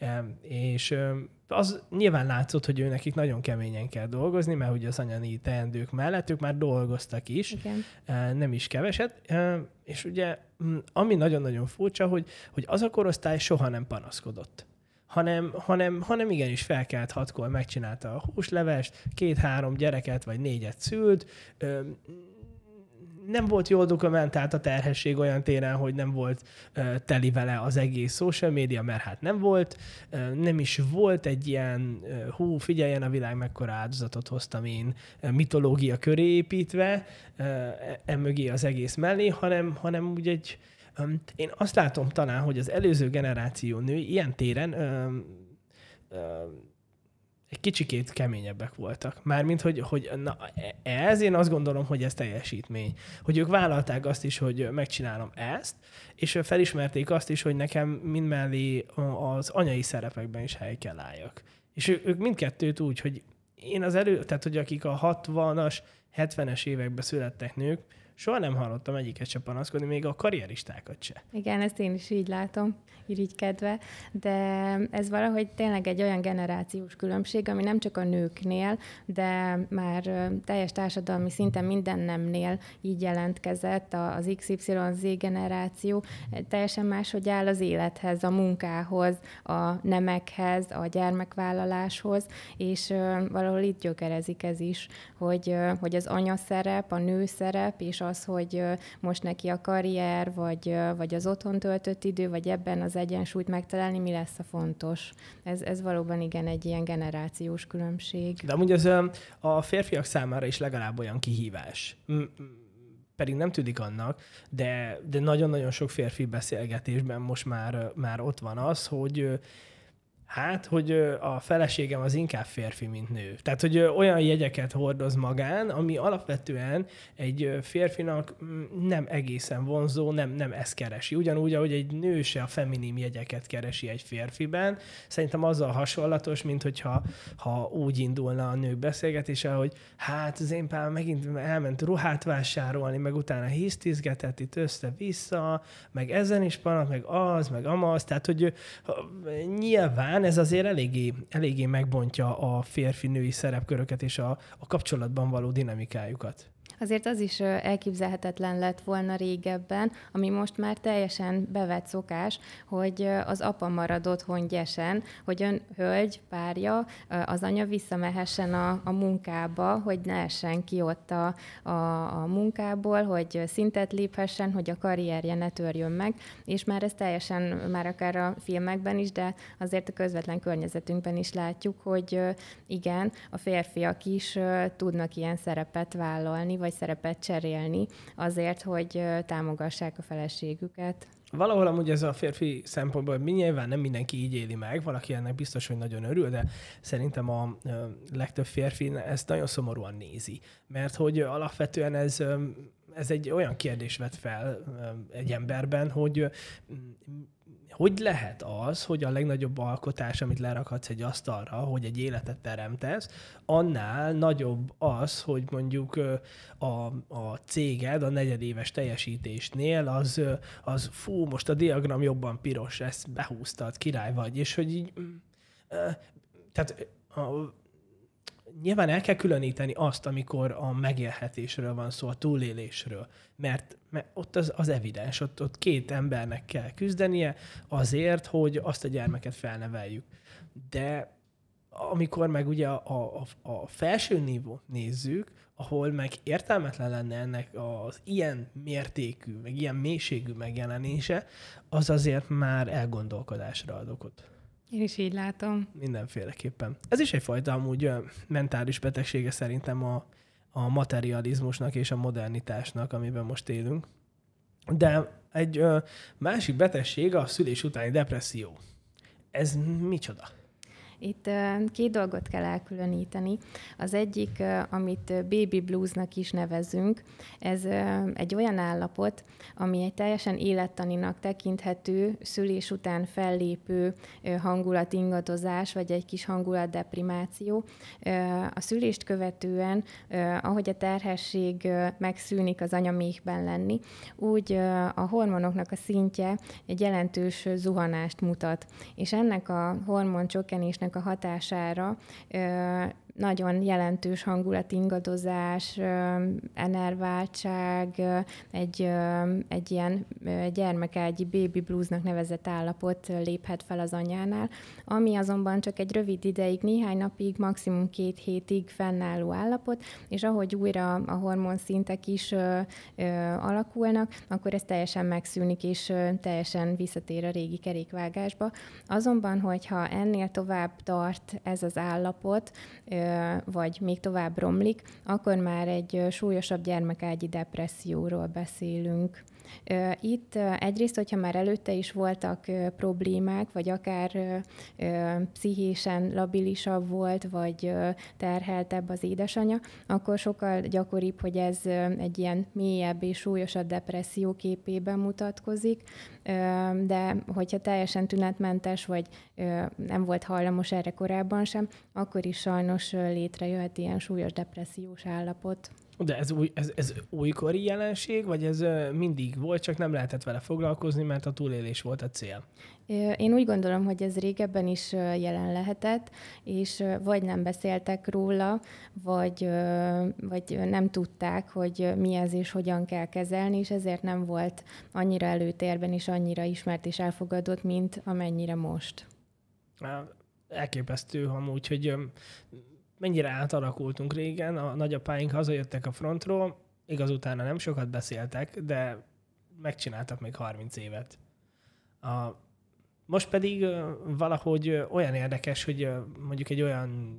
és az nyilván látszott, hogy ő nekik nagyon keményen kell dolgozni, mert ugye az anyai teendők mellett ők már dolgoztak is, igen, nem is keveset, és ugye ami nagyon-nagyon furcsa, hogy, hogy az a korosztály soha nem panaszkodott. Hanem, hanem, hanem igenis felkelt hatkor, megcsinálta a húslevest, két-három gyereket vagy négyet szült, nem volt jól dokumentált a terhesség olyan téren, hogy nem volt uh, teli vele az egész social media, mert hát nem volt. Uh, nem is volt egy ilyen, uh, hú, figyeljen a világ, mekkora áldozatot hoztam én uh, mitológia köré építve, uh, emögé az egész mellé, hanem, hanem úgy egy, um, én azt látom talán, hogy az előző generáció nő ilyen téren um, um, egy kicsikét keményebbek voltak. Mármint, hogy, hogy na, ez én azt gondolom, hogy ez teljesítmény. Hogy ők vállalták azt is, hogy megcsinálom ezt, és felismerték azt is, hogy nekem mindmellé az anyai szerepekben is hely kell álljak. És ő, ők mindkettőt úgy, hogy én az elő, tehát hogy akik a hatvanas, hetvenes években születtek nők, soha nem hallottam egyiket se panaszkodni, még a karrieristákat se. Igen, ezt én is így látom, irigykedve, de ez valahogy tényleg egy olyan generációs különbség, ami nem csak a nőknél, de már teljes társadalmi szinten minden nemnél így jelentkezett, az iksz ipszilon zé generáció teljesen máshogy áll az élethez, a munkához, a nemekhez, a gyermekvállaláshoz, és valahol itt gyökerezik ez is, hogy, hogy az anyaszerep, a nőszerep, és az, hogy most neki a karrier, vagy, vagy az otthon töltött idő, vagy ebben az egyensúlyt megtalálni, mi lesz a fontos. Ez, ez valóban igen egy ilyen generációs különbség. De amúgy az a férfiak számára is legalább olyan kihívás. Pedig nem tűnik annak, de, de nagyon-nagyon sok férfi beszélgetésben most már, már ott van az, hogy hát, hogy a feleségem az inkább férfi, mint nő. Tehát, hogy olyan jegyeket hordoz magán, ami alapvetően egy férfinak nem egészen vonzó, nem, nem ezt keresi. Ugyanúgy, ahogy egy nő se a feminim jegyeket keresi egy férfiben. Szerintem azzal hasonlatos, mint hogyha ha úgy indulna a nők beszélgetése, hogy hát az én pár megint elment ruhát vásárolni, meg utána hisztizgetett itt össze-vissza, meg ezen is panat, meg az, meg amaz. Tehát, hogy nyilván ez azért eléggé, eléggé megbontja a férfi-női szerepköröket és a, a kapcsolatban való dinamikájukat. Azért az is elképzelhetetlen lett volna régebben, ami most már teljesen bevett szokás, hogy az apa marad otthon gyesen, hogy ön hölgy, párja, az anya visszamehessen a, a munkába, hogy ne essen ki ott a, a, a munkából, hogy szintet léphessen, hogy a karrierje ne törjön meg, és már ez teljesen, már akár a filmekben is, de azért a közvetlen környezetünkben is látjuk, hogy igen, a férfiak is tudnak ilyen szerepet vállalni, vagy szerepet cserélni azért, hogy támogassák a feleségüket. Valahol amúgy ez a férfi szempontból nyilván nem mindenki így éli meg, valaki ennek biztos, hogy nagyon örül, de szerintem a legtöbb férfi ezt nagyon szomorúan nézi. Mert hogy alapvetően ez, ez egy olyan kérdés vet fel egy emberben, hogy hogy lehet az, hogy a legnagyobb alkotás, amit lerakhatsz egy asztalra, hogy egy életet teremtesz, annál nagyobb az, hogy mondjuk a, a céged a negyedéves teljesítésnél az, az fú, most a diagram jobban piros, ezt behúztad, király vagy, és hogy így, tehát a, nyilván el kell különíteni azt, amikor a megélhetésről van szó, a túlélésről, mert, mert ott az, az evidens, ott, ott két embernek kell küzdenie azért, hogy azt a gyermeket felneveljük. De amikor meg ugye a, a, a felső nívót nézzük, ahol meg értelmetlen lenne ennek az ilyen mértékű, meg ilyen mélységű megjelenése, az azért már elgondolkodásra ad okot. Én is így látom. Mindenféleképpen. Ez is egyfajta amúgy mentális betegsége szerintem a, a materializmusnak és a modernitásnak, amiben most élünk. De egy ö, másik betegség a szülés utáni depresszió. Ez micsoda? Itt két dolgot kell elkülöníteni. Az egyik, amit baby bluesnak is nevezünk, ez egy olyan állapot, ami egy teljesen élettaninak tekinthető, szülés után fellépő hangulatingadozás, vagy egy kis hangulatdeprimáció. A szülést követően, ahogy a terhesség megszűnik az anyaméhben lenni, úgy a hormonoknak a szintje egy jelentős zuhanást mutat. És ennek a hormoncsökkenésnek a hatására nagyon jelentős hangulatingadozás, enerváltság, egy, egy ilyen gyermekágyi baby bluesnak nevezett állapot léphet fel az anyánál, ami azonban csak egy rövid ideig, néhány napig, maximum két hétig fennálló állapot, és ahogy újra a hormonszintek is ö, ö, alakulnak, akkor ez teljesen megszűnik, és ö, teljesen visszatér a régi kerékvágásba. Azonban, hogyha ennél tovább tart ez az állapot, vagy még tovább romlik, akkor már egy súlyosabb gyermekágyi depresszióról beszélünk. Itt egyrészt, hogyha már előtte is voltak problémák, vagy akár pszichésen labilisabb volt, vagy terheltebb az édesanyja, akkor sokkal gyakoribb, hogy ez egy ilyen mélyebb és súlyosabb depresszió képében mutatkozik, de hogyha teljesen tünetmentes, vagy nem volt hajlamos erre korábban sem, akkor is sajnos létrejöhet ilyen súlyos depressziós állapot. De ez, új, ez, ez újkori jelenség, vagy ez mindig volt, csak nem lehetett vele foglalkozni, mert a túlélés volt a cél? Én úgy gondolom, hogy ez régebben is jelen lehetett, és vagy nem beszéltek róla, vagy, vagy nem tudták, hogy mi ez és hogyan kell kezelni, és ezért nem volt annyira előtérben és annyira ismert és elfogadott, mint amennyire most. Elképesztő amúgy, hogy mennyire átalakultunk régen, a nagyapáink hazajöttek a frontról, igaz, utána nem sokat beszéltek, de megcsináltak még harminc évet. A, most pedig valahogy olyan érdekes, hogy mondjuk egy olyan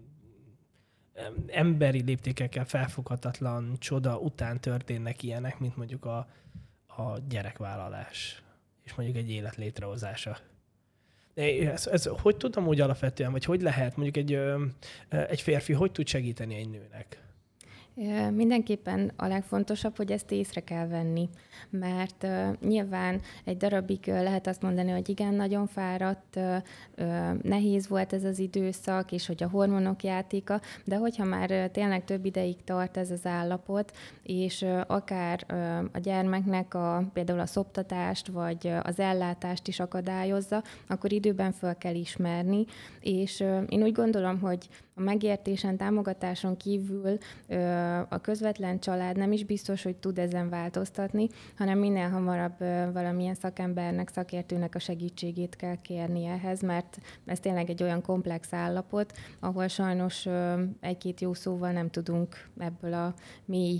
emberi léptékekkel felfoghatatlan csoda után történnek ilyenek, mint mondjuk a, a gyerekvállalás, és mondjuk egy élet létrehozása. Ez, ez hogy tud amúgy alapvetően, vagy hogy lehet mondjuk egy, egy férfi, hogy tud segíteni egy nőnek? Mindenképpen a legfontosabb, hogy ezt észre kell venni, mert uh, nyilván egy darabig uh, lehet azt mondani, hogy igen, nagyon fáradt, uh, uh, nehéz volt ez az időszak, és hogy a hormonok játéka, de hogyha már uh, tényleg több ideig tart ez az állapot, és uh, akár uh, a gyermeknek a, például a szoptatást, vagy uh, az ellátást is akadályozza, akkor időben fel kell ismerni, és uh, én úgy gondolom, hogy a megértésen, támogatáson kívül uh, a közvetlen család nem is biztos, hogy tud ezen változtatni, hanem minél hamarabb valamilyen szakembernek, szakértőnek a segítségét kell kérni ehhez, mert ez tényleg egy olyan komplex állapot, ahol sajnos egy-két jó szóval nem tudunk ebből a mély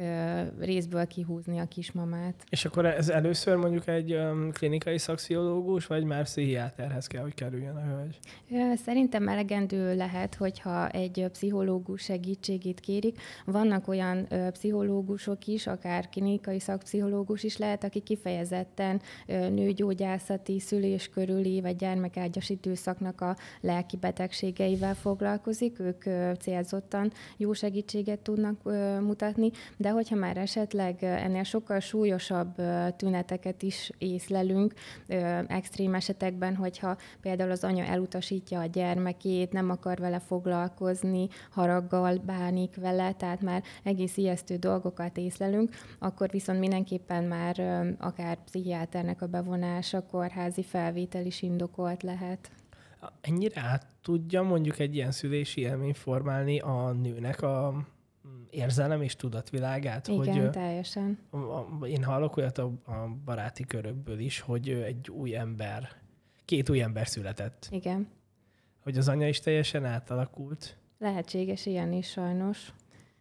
részből kihúzni a kismamát. És akkor ez először mondjuk egy um, klinikai szakszpszichológus, vagy már pszichiáterhez kell, hogy kerüljön a hölgy? Szerintem elegendő lehet, hogyha egy pszichológus segítségét kérik. Vannak olyan ö, pszichológusok is, akár klinikai szakpszichológus is lehet, aki kifejezetten ö, nőgyógyászati, szülés körüli, vagy gyermekágyas időszaknak a lelki betegségeivel foglalkozik. Ők ö, célzottan jó segítséget tudnak ö, mutatni, de hogyha már esetleg ennél sokkal súlyosabb tüneteket is észlelünk, extrém esetekben, hogyha például az anya elutasítja a gyermekét, nem akar vele foglalkozni, haraggal bánik vele, tehát már egész ijesztő dolgokat észlelünk, akkor viszont mindenképpen már akár pszichiáternek a bevonása, kórházi felvétel is indokolt lehet. Ennyire át tudja mondjuk egy ilyen szülési élmény formálni a nőnek a érzelem és tudatvilágát? Igen, hogy, teljesen. Én hallok olyat a, a baráti körökből is, hogy egy új ember, két új ember született. Igen. Hogy az anya is teljesen átalakult. Lehetséges ilyen is sajnos.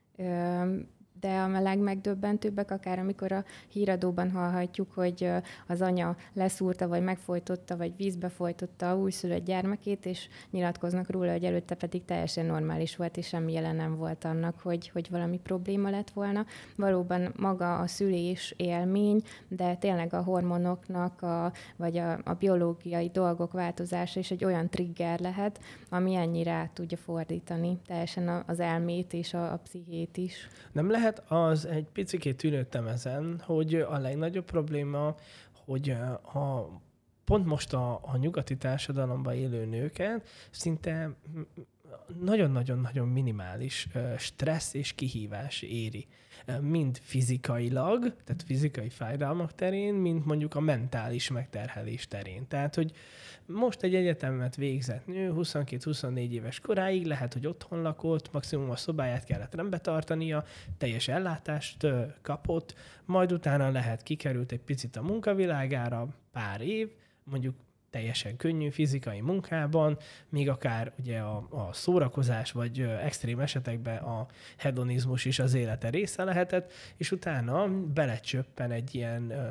Ö, de a legmegdöbbentőbbek, akár amikor a híradóban hallhatjuk, hogy az anya leszúrta, vagy megfojtotta, vagy vízbe folytotta a újszülött gyermekét, és nyilatkoznak róla, hogy előtte pedig teljesen normális volt, és semmi jelen nem volt annak, hogy, hogy valami probléma lett volna. Valóban maga a szülés élmény, de tényleg a hormonoknak, a, vagy a, a biológiai dolgok változása is egy olyan trigger lehet, ami ennyire át tudja fordítani teljesen az elmét és a, a pszichét is. Nem lehet az egy picikét tűnődtem ezen, hogy a legnagyobb probléma, hogy a, pont most a, a nyugati társadalomban élő nőket szinte nagyon-nagyon-nagyon minimális stressz és kihívás éri. Mind fizikailag, tehát fizikai fájdalmak terén, mint mondjuk a mentális megterhelés terén. Tehát, hogy most egy egyetemet végzett nő, huszonkét-huszonnégy éves koráig lehet, hogy otthon lakott, maximum a szobáját kellett rendbe tartania, teljes ellátást kapott, majd utána lehet kikerült egy picit a munkavilágára, pár év, mondjuk teljesen könnyű fizikai munkában, még akár ugye a, a szórakozás, vagy ö, extrém esetekben a hedonizmus is az élete része lehetett, és utána belecsöppen egy ilyen, ö,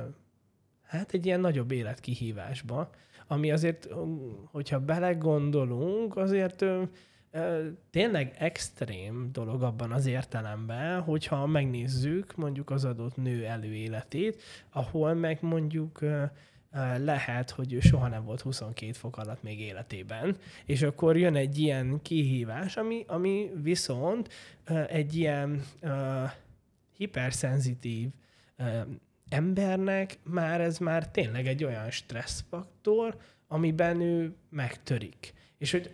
hát egy ilyen nagyobb életkihívásba, ami azért, hogyha belegondolunk, azért ö, ö, tényleg extrém dolog abban az értelemben, hogyha megnézzük mondjuk az adott nő előéletét, ahol meg mondjuk ö, lehet, hogy ő soha nem volt huszonkét fok alatt még életében, és akkor jön egy ilyen kihívás, ami, ami viszont egy ilyen uh, hiperszenzitív uh, embernek már ez már tényleg egy olyan stresszfaktor, amiben ő megtörik. És hogy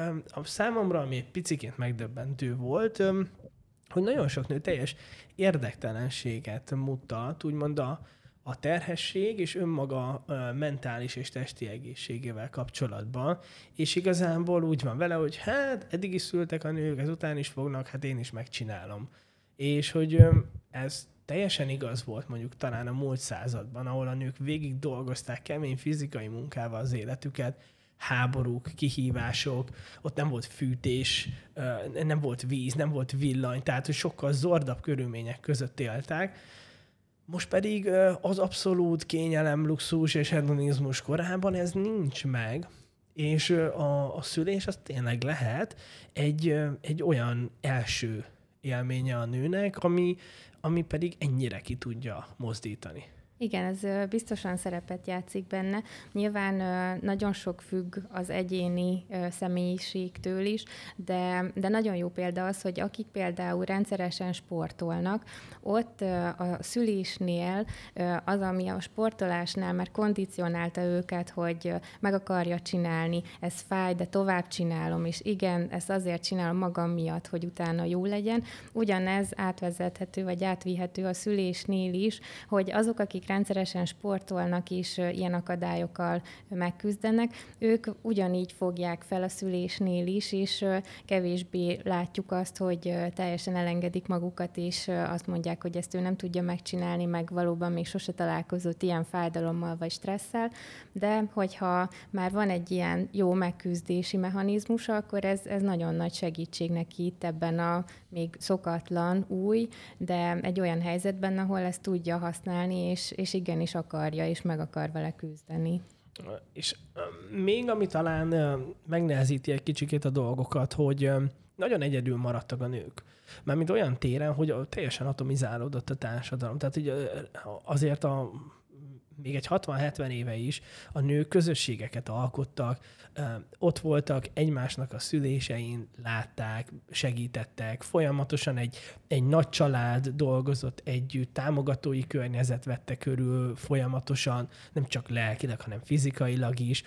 a számomra, ami egy picikét megdöbbentő volt, hogy nagyon sok nő teljes érdektelenséget mutat, úgymond a a terhesség és önmaga uh, mentális és testi egészségével kapcsolatban, és igazából úgy van vele, hogy hát eddig is szültek a nők, ezután is fognak, hát én is megcsinálom. És hogy um, ez teljesen igaz volt mondjuk talán a múlt században, ahol a nők végig dolgozták kemény fizikai munkával az életüket, háborúk, kihívások, ott nem volt fűtés, uh, nem volt víz, nem volt villany, tehát hogy sokkal zordabb körülmények között éltek. Most pedig az abszolút kényelem, luxus és hedonizmus korában ez nincs meg, és a, a szülés az tényleg lehet egy, egy olyan első élménye a nőnek, ami, ami pedig ennyire ki tudja mozdítani. Igen, ez biztosan szerepet játszik benne. Nyilván nagyon sok függ az egyéni személyiségtől is, de, de nagyon jó példa az, hogy akik például rendszeresen sportolnak, ott a szülésnél az, ami a sportolásnál már kondicionálta őket, hogy meg akarja csinálni, ez fáj, de tovább csinálom, és igen, ezt azért csinálom magam miatt, hogy utána jó legyen. Ugyanez átvezethető, vagy átvihető a szülésnél is, hogy azok, akik rendszeresen sportolnak és ilyen akadályokkal megküzdenek, ők ugyanígy fogják fel a szülésnél is, és kevésbé látjuk azt, hogy teljesen elengedik magukat, és azt mondják, hogy ezt ő nem tudja megcsinálni, meg valóban még sose találkozott ilyen fájdalommal vagy stresszel, de hogyha már van egy ilyen jó megküzdési mechanizmusa, akkor ez, ez nagyon nagy segítség neki itt ebben a még szokatlan, új, de egy olyan helyzetben, ahol ezt tudja használni, és, és igenis akarja, és meg akar vele küzdeni. És még ami talán megnehezíti egy kicsikét a dolgokat, hogy nagyon egyedül maradtak a nők. Mármint olyan téren, hogy teljesen atomizálódott a társadalom. Tehát hogy azért a még egy hatvan-hetven éve is a nők közösségeket alkottak, ott voltak egymásnak a szülésein, látták, segítettek, folyamatosan egy, egy nagy család dolgozott együtt, támogatói környezet vette körül folyamatosan, nem csak lelkileg, hanem fizikailag is.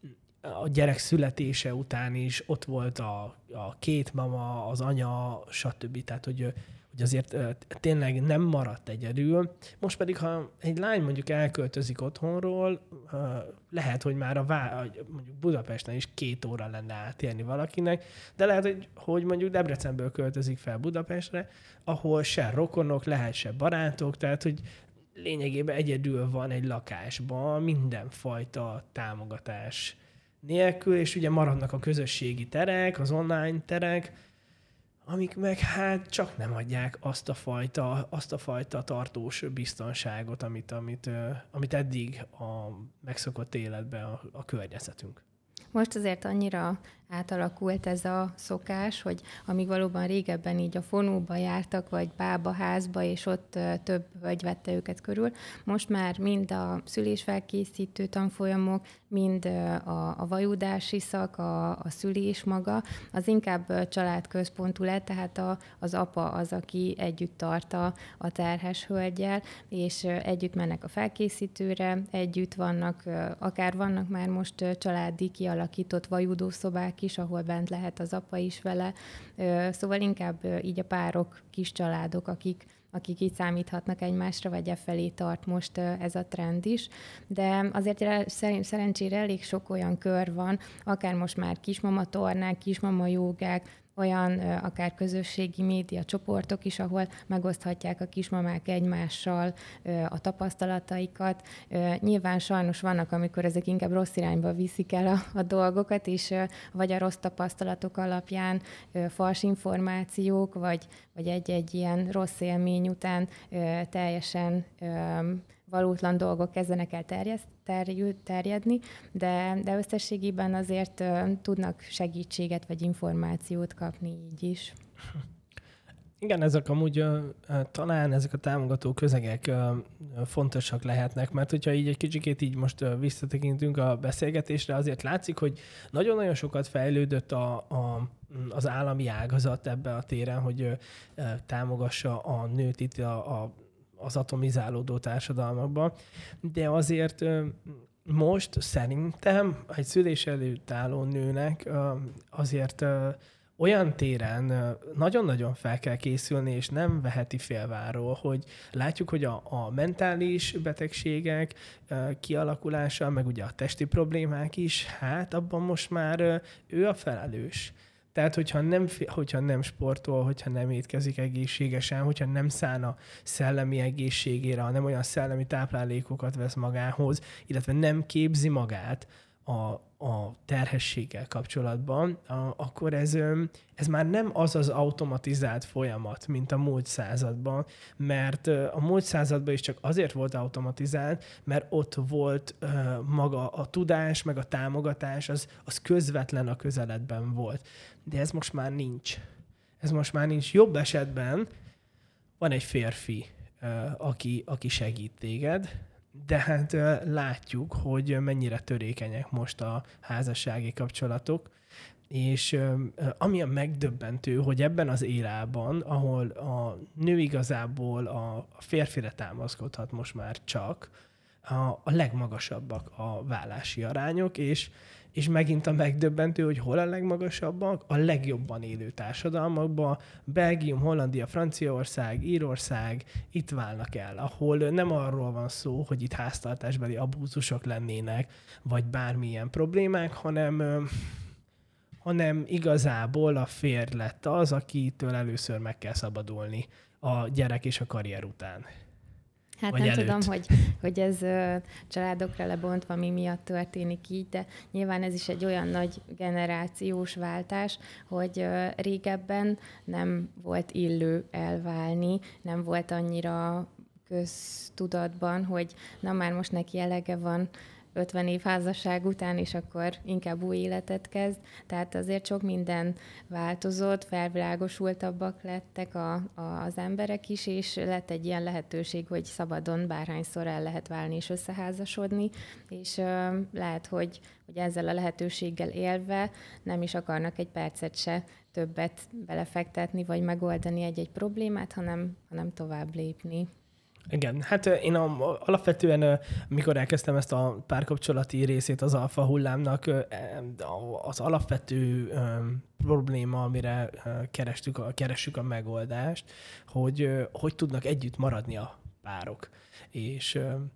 A gyerek születése után is ott volt a, a két mama, az anya, stb. Tehát, hogy hogy azért tényleg nem maradt egyedül. Most pedig, ha egy lány mondjuk elköltözik otthonról, lehet, hogy már a vá- mondjuk Budapesten is két óra lenne átérni valakinek, de lehet, hogy, hogy mondjuk Debrecenből költözik fel Budapestre, ahol se rokonok, lehet se barátok, tehát hogy lényegében egyedül van egy lakásban mindenfajta támogatás nélkül, és ugye maradnak a közösségi terek, az online terek, amik meg hát csak nem adják azt a fajta, azt a fajta tartós biztonságot, amit, amit, amit eddig a megszokott életben a, a környezetünk. Most azért annyira átalakult ez a szokás, hogy amíg valóban régebben így a fonóba jártak, vagy bábaházba, és ott több hölgy vette őket körül, most már mind a szülésfelkészítő tanfolyamok, mind a, a vajudási szak, a, a szülés maga, az inkább családközpontú lett, tehát a, az apa az, aki együtt tart a, a terhes hölgyel, és együtt mennek a felkészítőre, együtt vannak, akár vannak már most családi kialakítások, kialakított vajudószobák is, ahol bent lehet az apa is vele. Szóval inkább így a párok, kis családok, akik akik így számíthatnak egymásra, vagy e felé tart most ez a trend is. De azért szerencsére elég sok olyan kör van, akár most már kismama tornák, kismama jógák, olyan akár közösségi média csoportok is, ahol megoszthatják a kismamák egymással a tapasztalataikat. Nyilván sajnos vannak, amikor ezek inkább rossz irányba viszik el a, a dolgokat, és vagy a rossz tapasztalatok alapján fals információk, vagy, vagy egy-egy ilyen rossz élmény után teljesen valótlan dolgok kezdenek el terjed, terjed, terjedni, de, de összességében azért uh, tudnak segítséget vagy információt kapni így is. Igen, ezek amúgy uh, talán ezek a támogató közegek uh, fontosak lehetnek, mert hogyha így egy kicsikét így most uh, visszatekintünk a beszélgetésre, azért látszik, hogy nagyon-nagyon sokat fejlődött a, a, az állami ágazat ebben a téren, hogy uh, támogassa a nőt itt a, a az atomizálódó társadalmakban, de azért most szerintem egy szülés előtt álló nőnek azért olyan téren nagyon-nagyon fel kell készülni, és nem veheti félváról, hogy látjuk, hogy a, a mentális betegségek kialakulása, meg ugye a testi problémák is, hát abban most már ő a felelős. Tehát, hogyha nem, hogyha nem sportol, hogyha nem étkezik egészségesen, hogyha nem szán a szellemi egészségére, hanem olyan szellemi táplálékokat vesz magához, illetve nem képzi magát a, a terhességgel kapcsolatban, a, akkor ez, ez már nem az az automatizált folyamat, mint a múlt században, mert a múlt században is csak azért volt automatizált, mert ott volt uh, maga a tudás, meg a támogatás, az, az közvetlen a közeledben volt. De ez most már nincs. Ez most már nincs. Jobb esetben van egy férfi, uh, aki, aki segít téged, de hát uh, látjuk, hogy mennyire törékenyek most a házassági kapcsolatok, és uh, ami a megdöbbentő, hogy ebben az érában, ahol a nő igazából a, a férfire támaszkodhat most már csak, a, a legmagasabbak a vállási arányok, és És megint a megdöbbentő, hogy hol a legmagasabbak? A legjobban élő társadalmakban, Belgium, Hollandia, Franciaország, Írország, itt válnak el, ahol nem arról van szó, hogy itt háztartásbeli abúzusok lennének, vagy bármilyen problémák, hanem, hanem igazából a férj lett az, akitől először meg kell szabadulni a gyerek és a karrier után. Hát nem előtt. tudom, hogy, hogy ez ö, családokra lebontva mi miatt történik így, de nyilván ez is egy olyan nagy generációs váltás, hogy ö, régebben nem volt illő elválni, nem volt annyira köztudatban, hogy na már most neki elege van ötven év házasság után, és akkor inkább új életet kezd. Tehát azért sok minden változott, felvilágosultabbak lettek a, a, az emberek is, és lett egy ilyen lehetőség, hogy szabadon bárhányszor el lehet válni és összeházasodni, és ö, lehet, hogy, hogy ezzel a lehetőséggel élve nem is akarnak egy percet se többet belefektetni, vagy megoldani egy-egy problémát, hanem, hanem tovább lépni. Igen, hát én a, alapvetően, mikor elkezdtem ezt a párkapcsolati részét az alfa hullámnak, az alapvető probléma, amire kerestük, keressük a megoldást, hogy hogy tudnak együtt maradni a párok. És,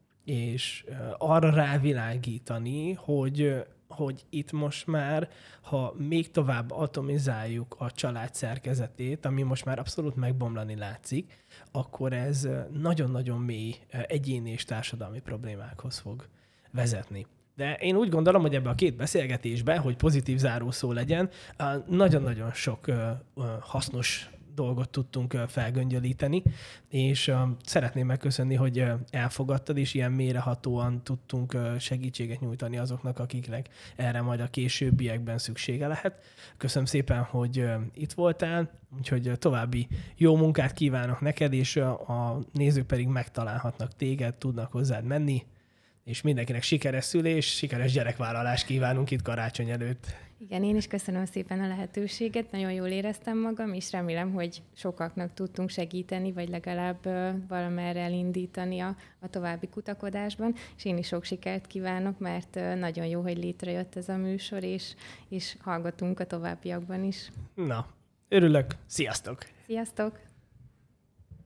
és arra rávilágítani, hogy hogy itt most már, ha még tovább atomizáljuk a család szerkezetét, ami most már abszolút megbomlani látszik, akkor ez nagyon-nagyon mély egyéni és társadalmi problémákhoz fog vezetni. De én úgy gondolom, hogy ebbe a két beszélgetésbe, hogy pozitív zárószó legyen, nagyon-nagyon sok hasznos dolgot tudtunk felgöngyölíteni, és szeretném megköszönni, hogy elfogadtad, és ilyen mélyrehatóan tudtunk segítséget nyújtani azoknak, akiknek erre majd a későbbiekben szüksége lehet. Köszönöm szépen, hogy itt voltál, úgyhogy további jó munkát kívánok neked, és a nézők pedig megtalálhatnak téged, tudnak hozzád menni, és mindenkinek sikeres szülés, sikeres gyerekvállalás kívánunk itt karácsony előtt. Igen, én is köszönöm szépen a lehetőséget, nagyon jól éreztem magam, és remélem, hogy sokaknak tudtunk segíteni, vagy legalább valamerre elindítani a, a további kutakodásban, és én is sok sikert kívánok, mert nagyon jó, hogy létrejött ez a műsor, és, és hallgatunk a továbbiakban is. Na, örülök, sziasztok! Sziasztok!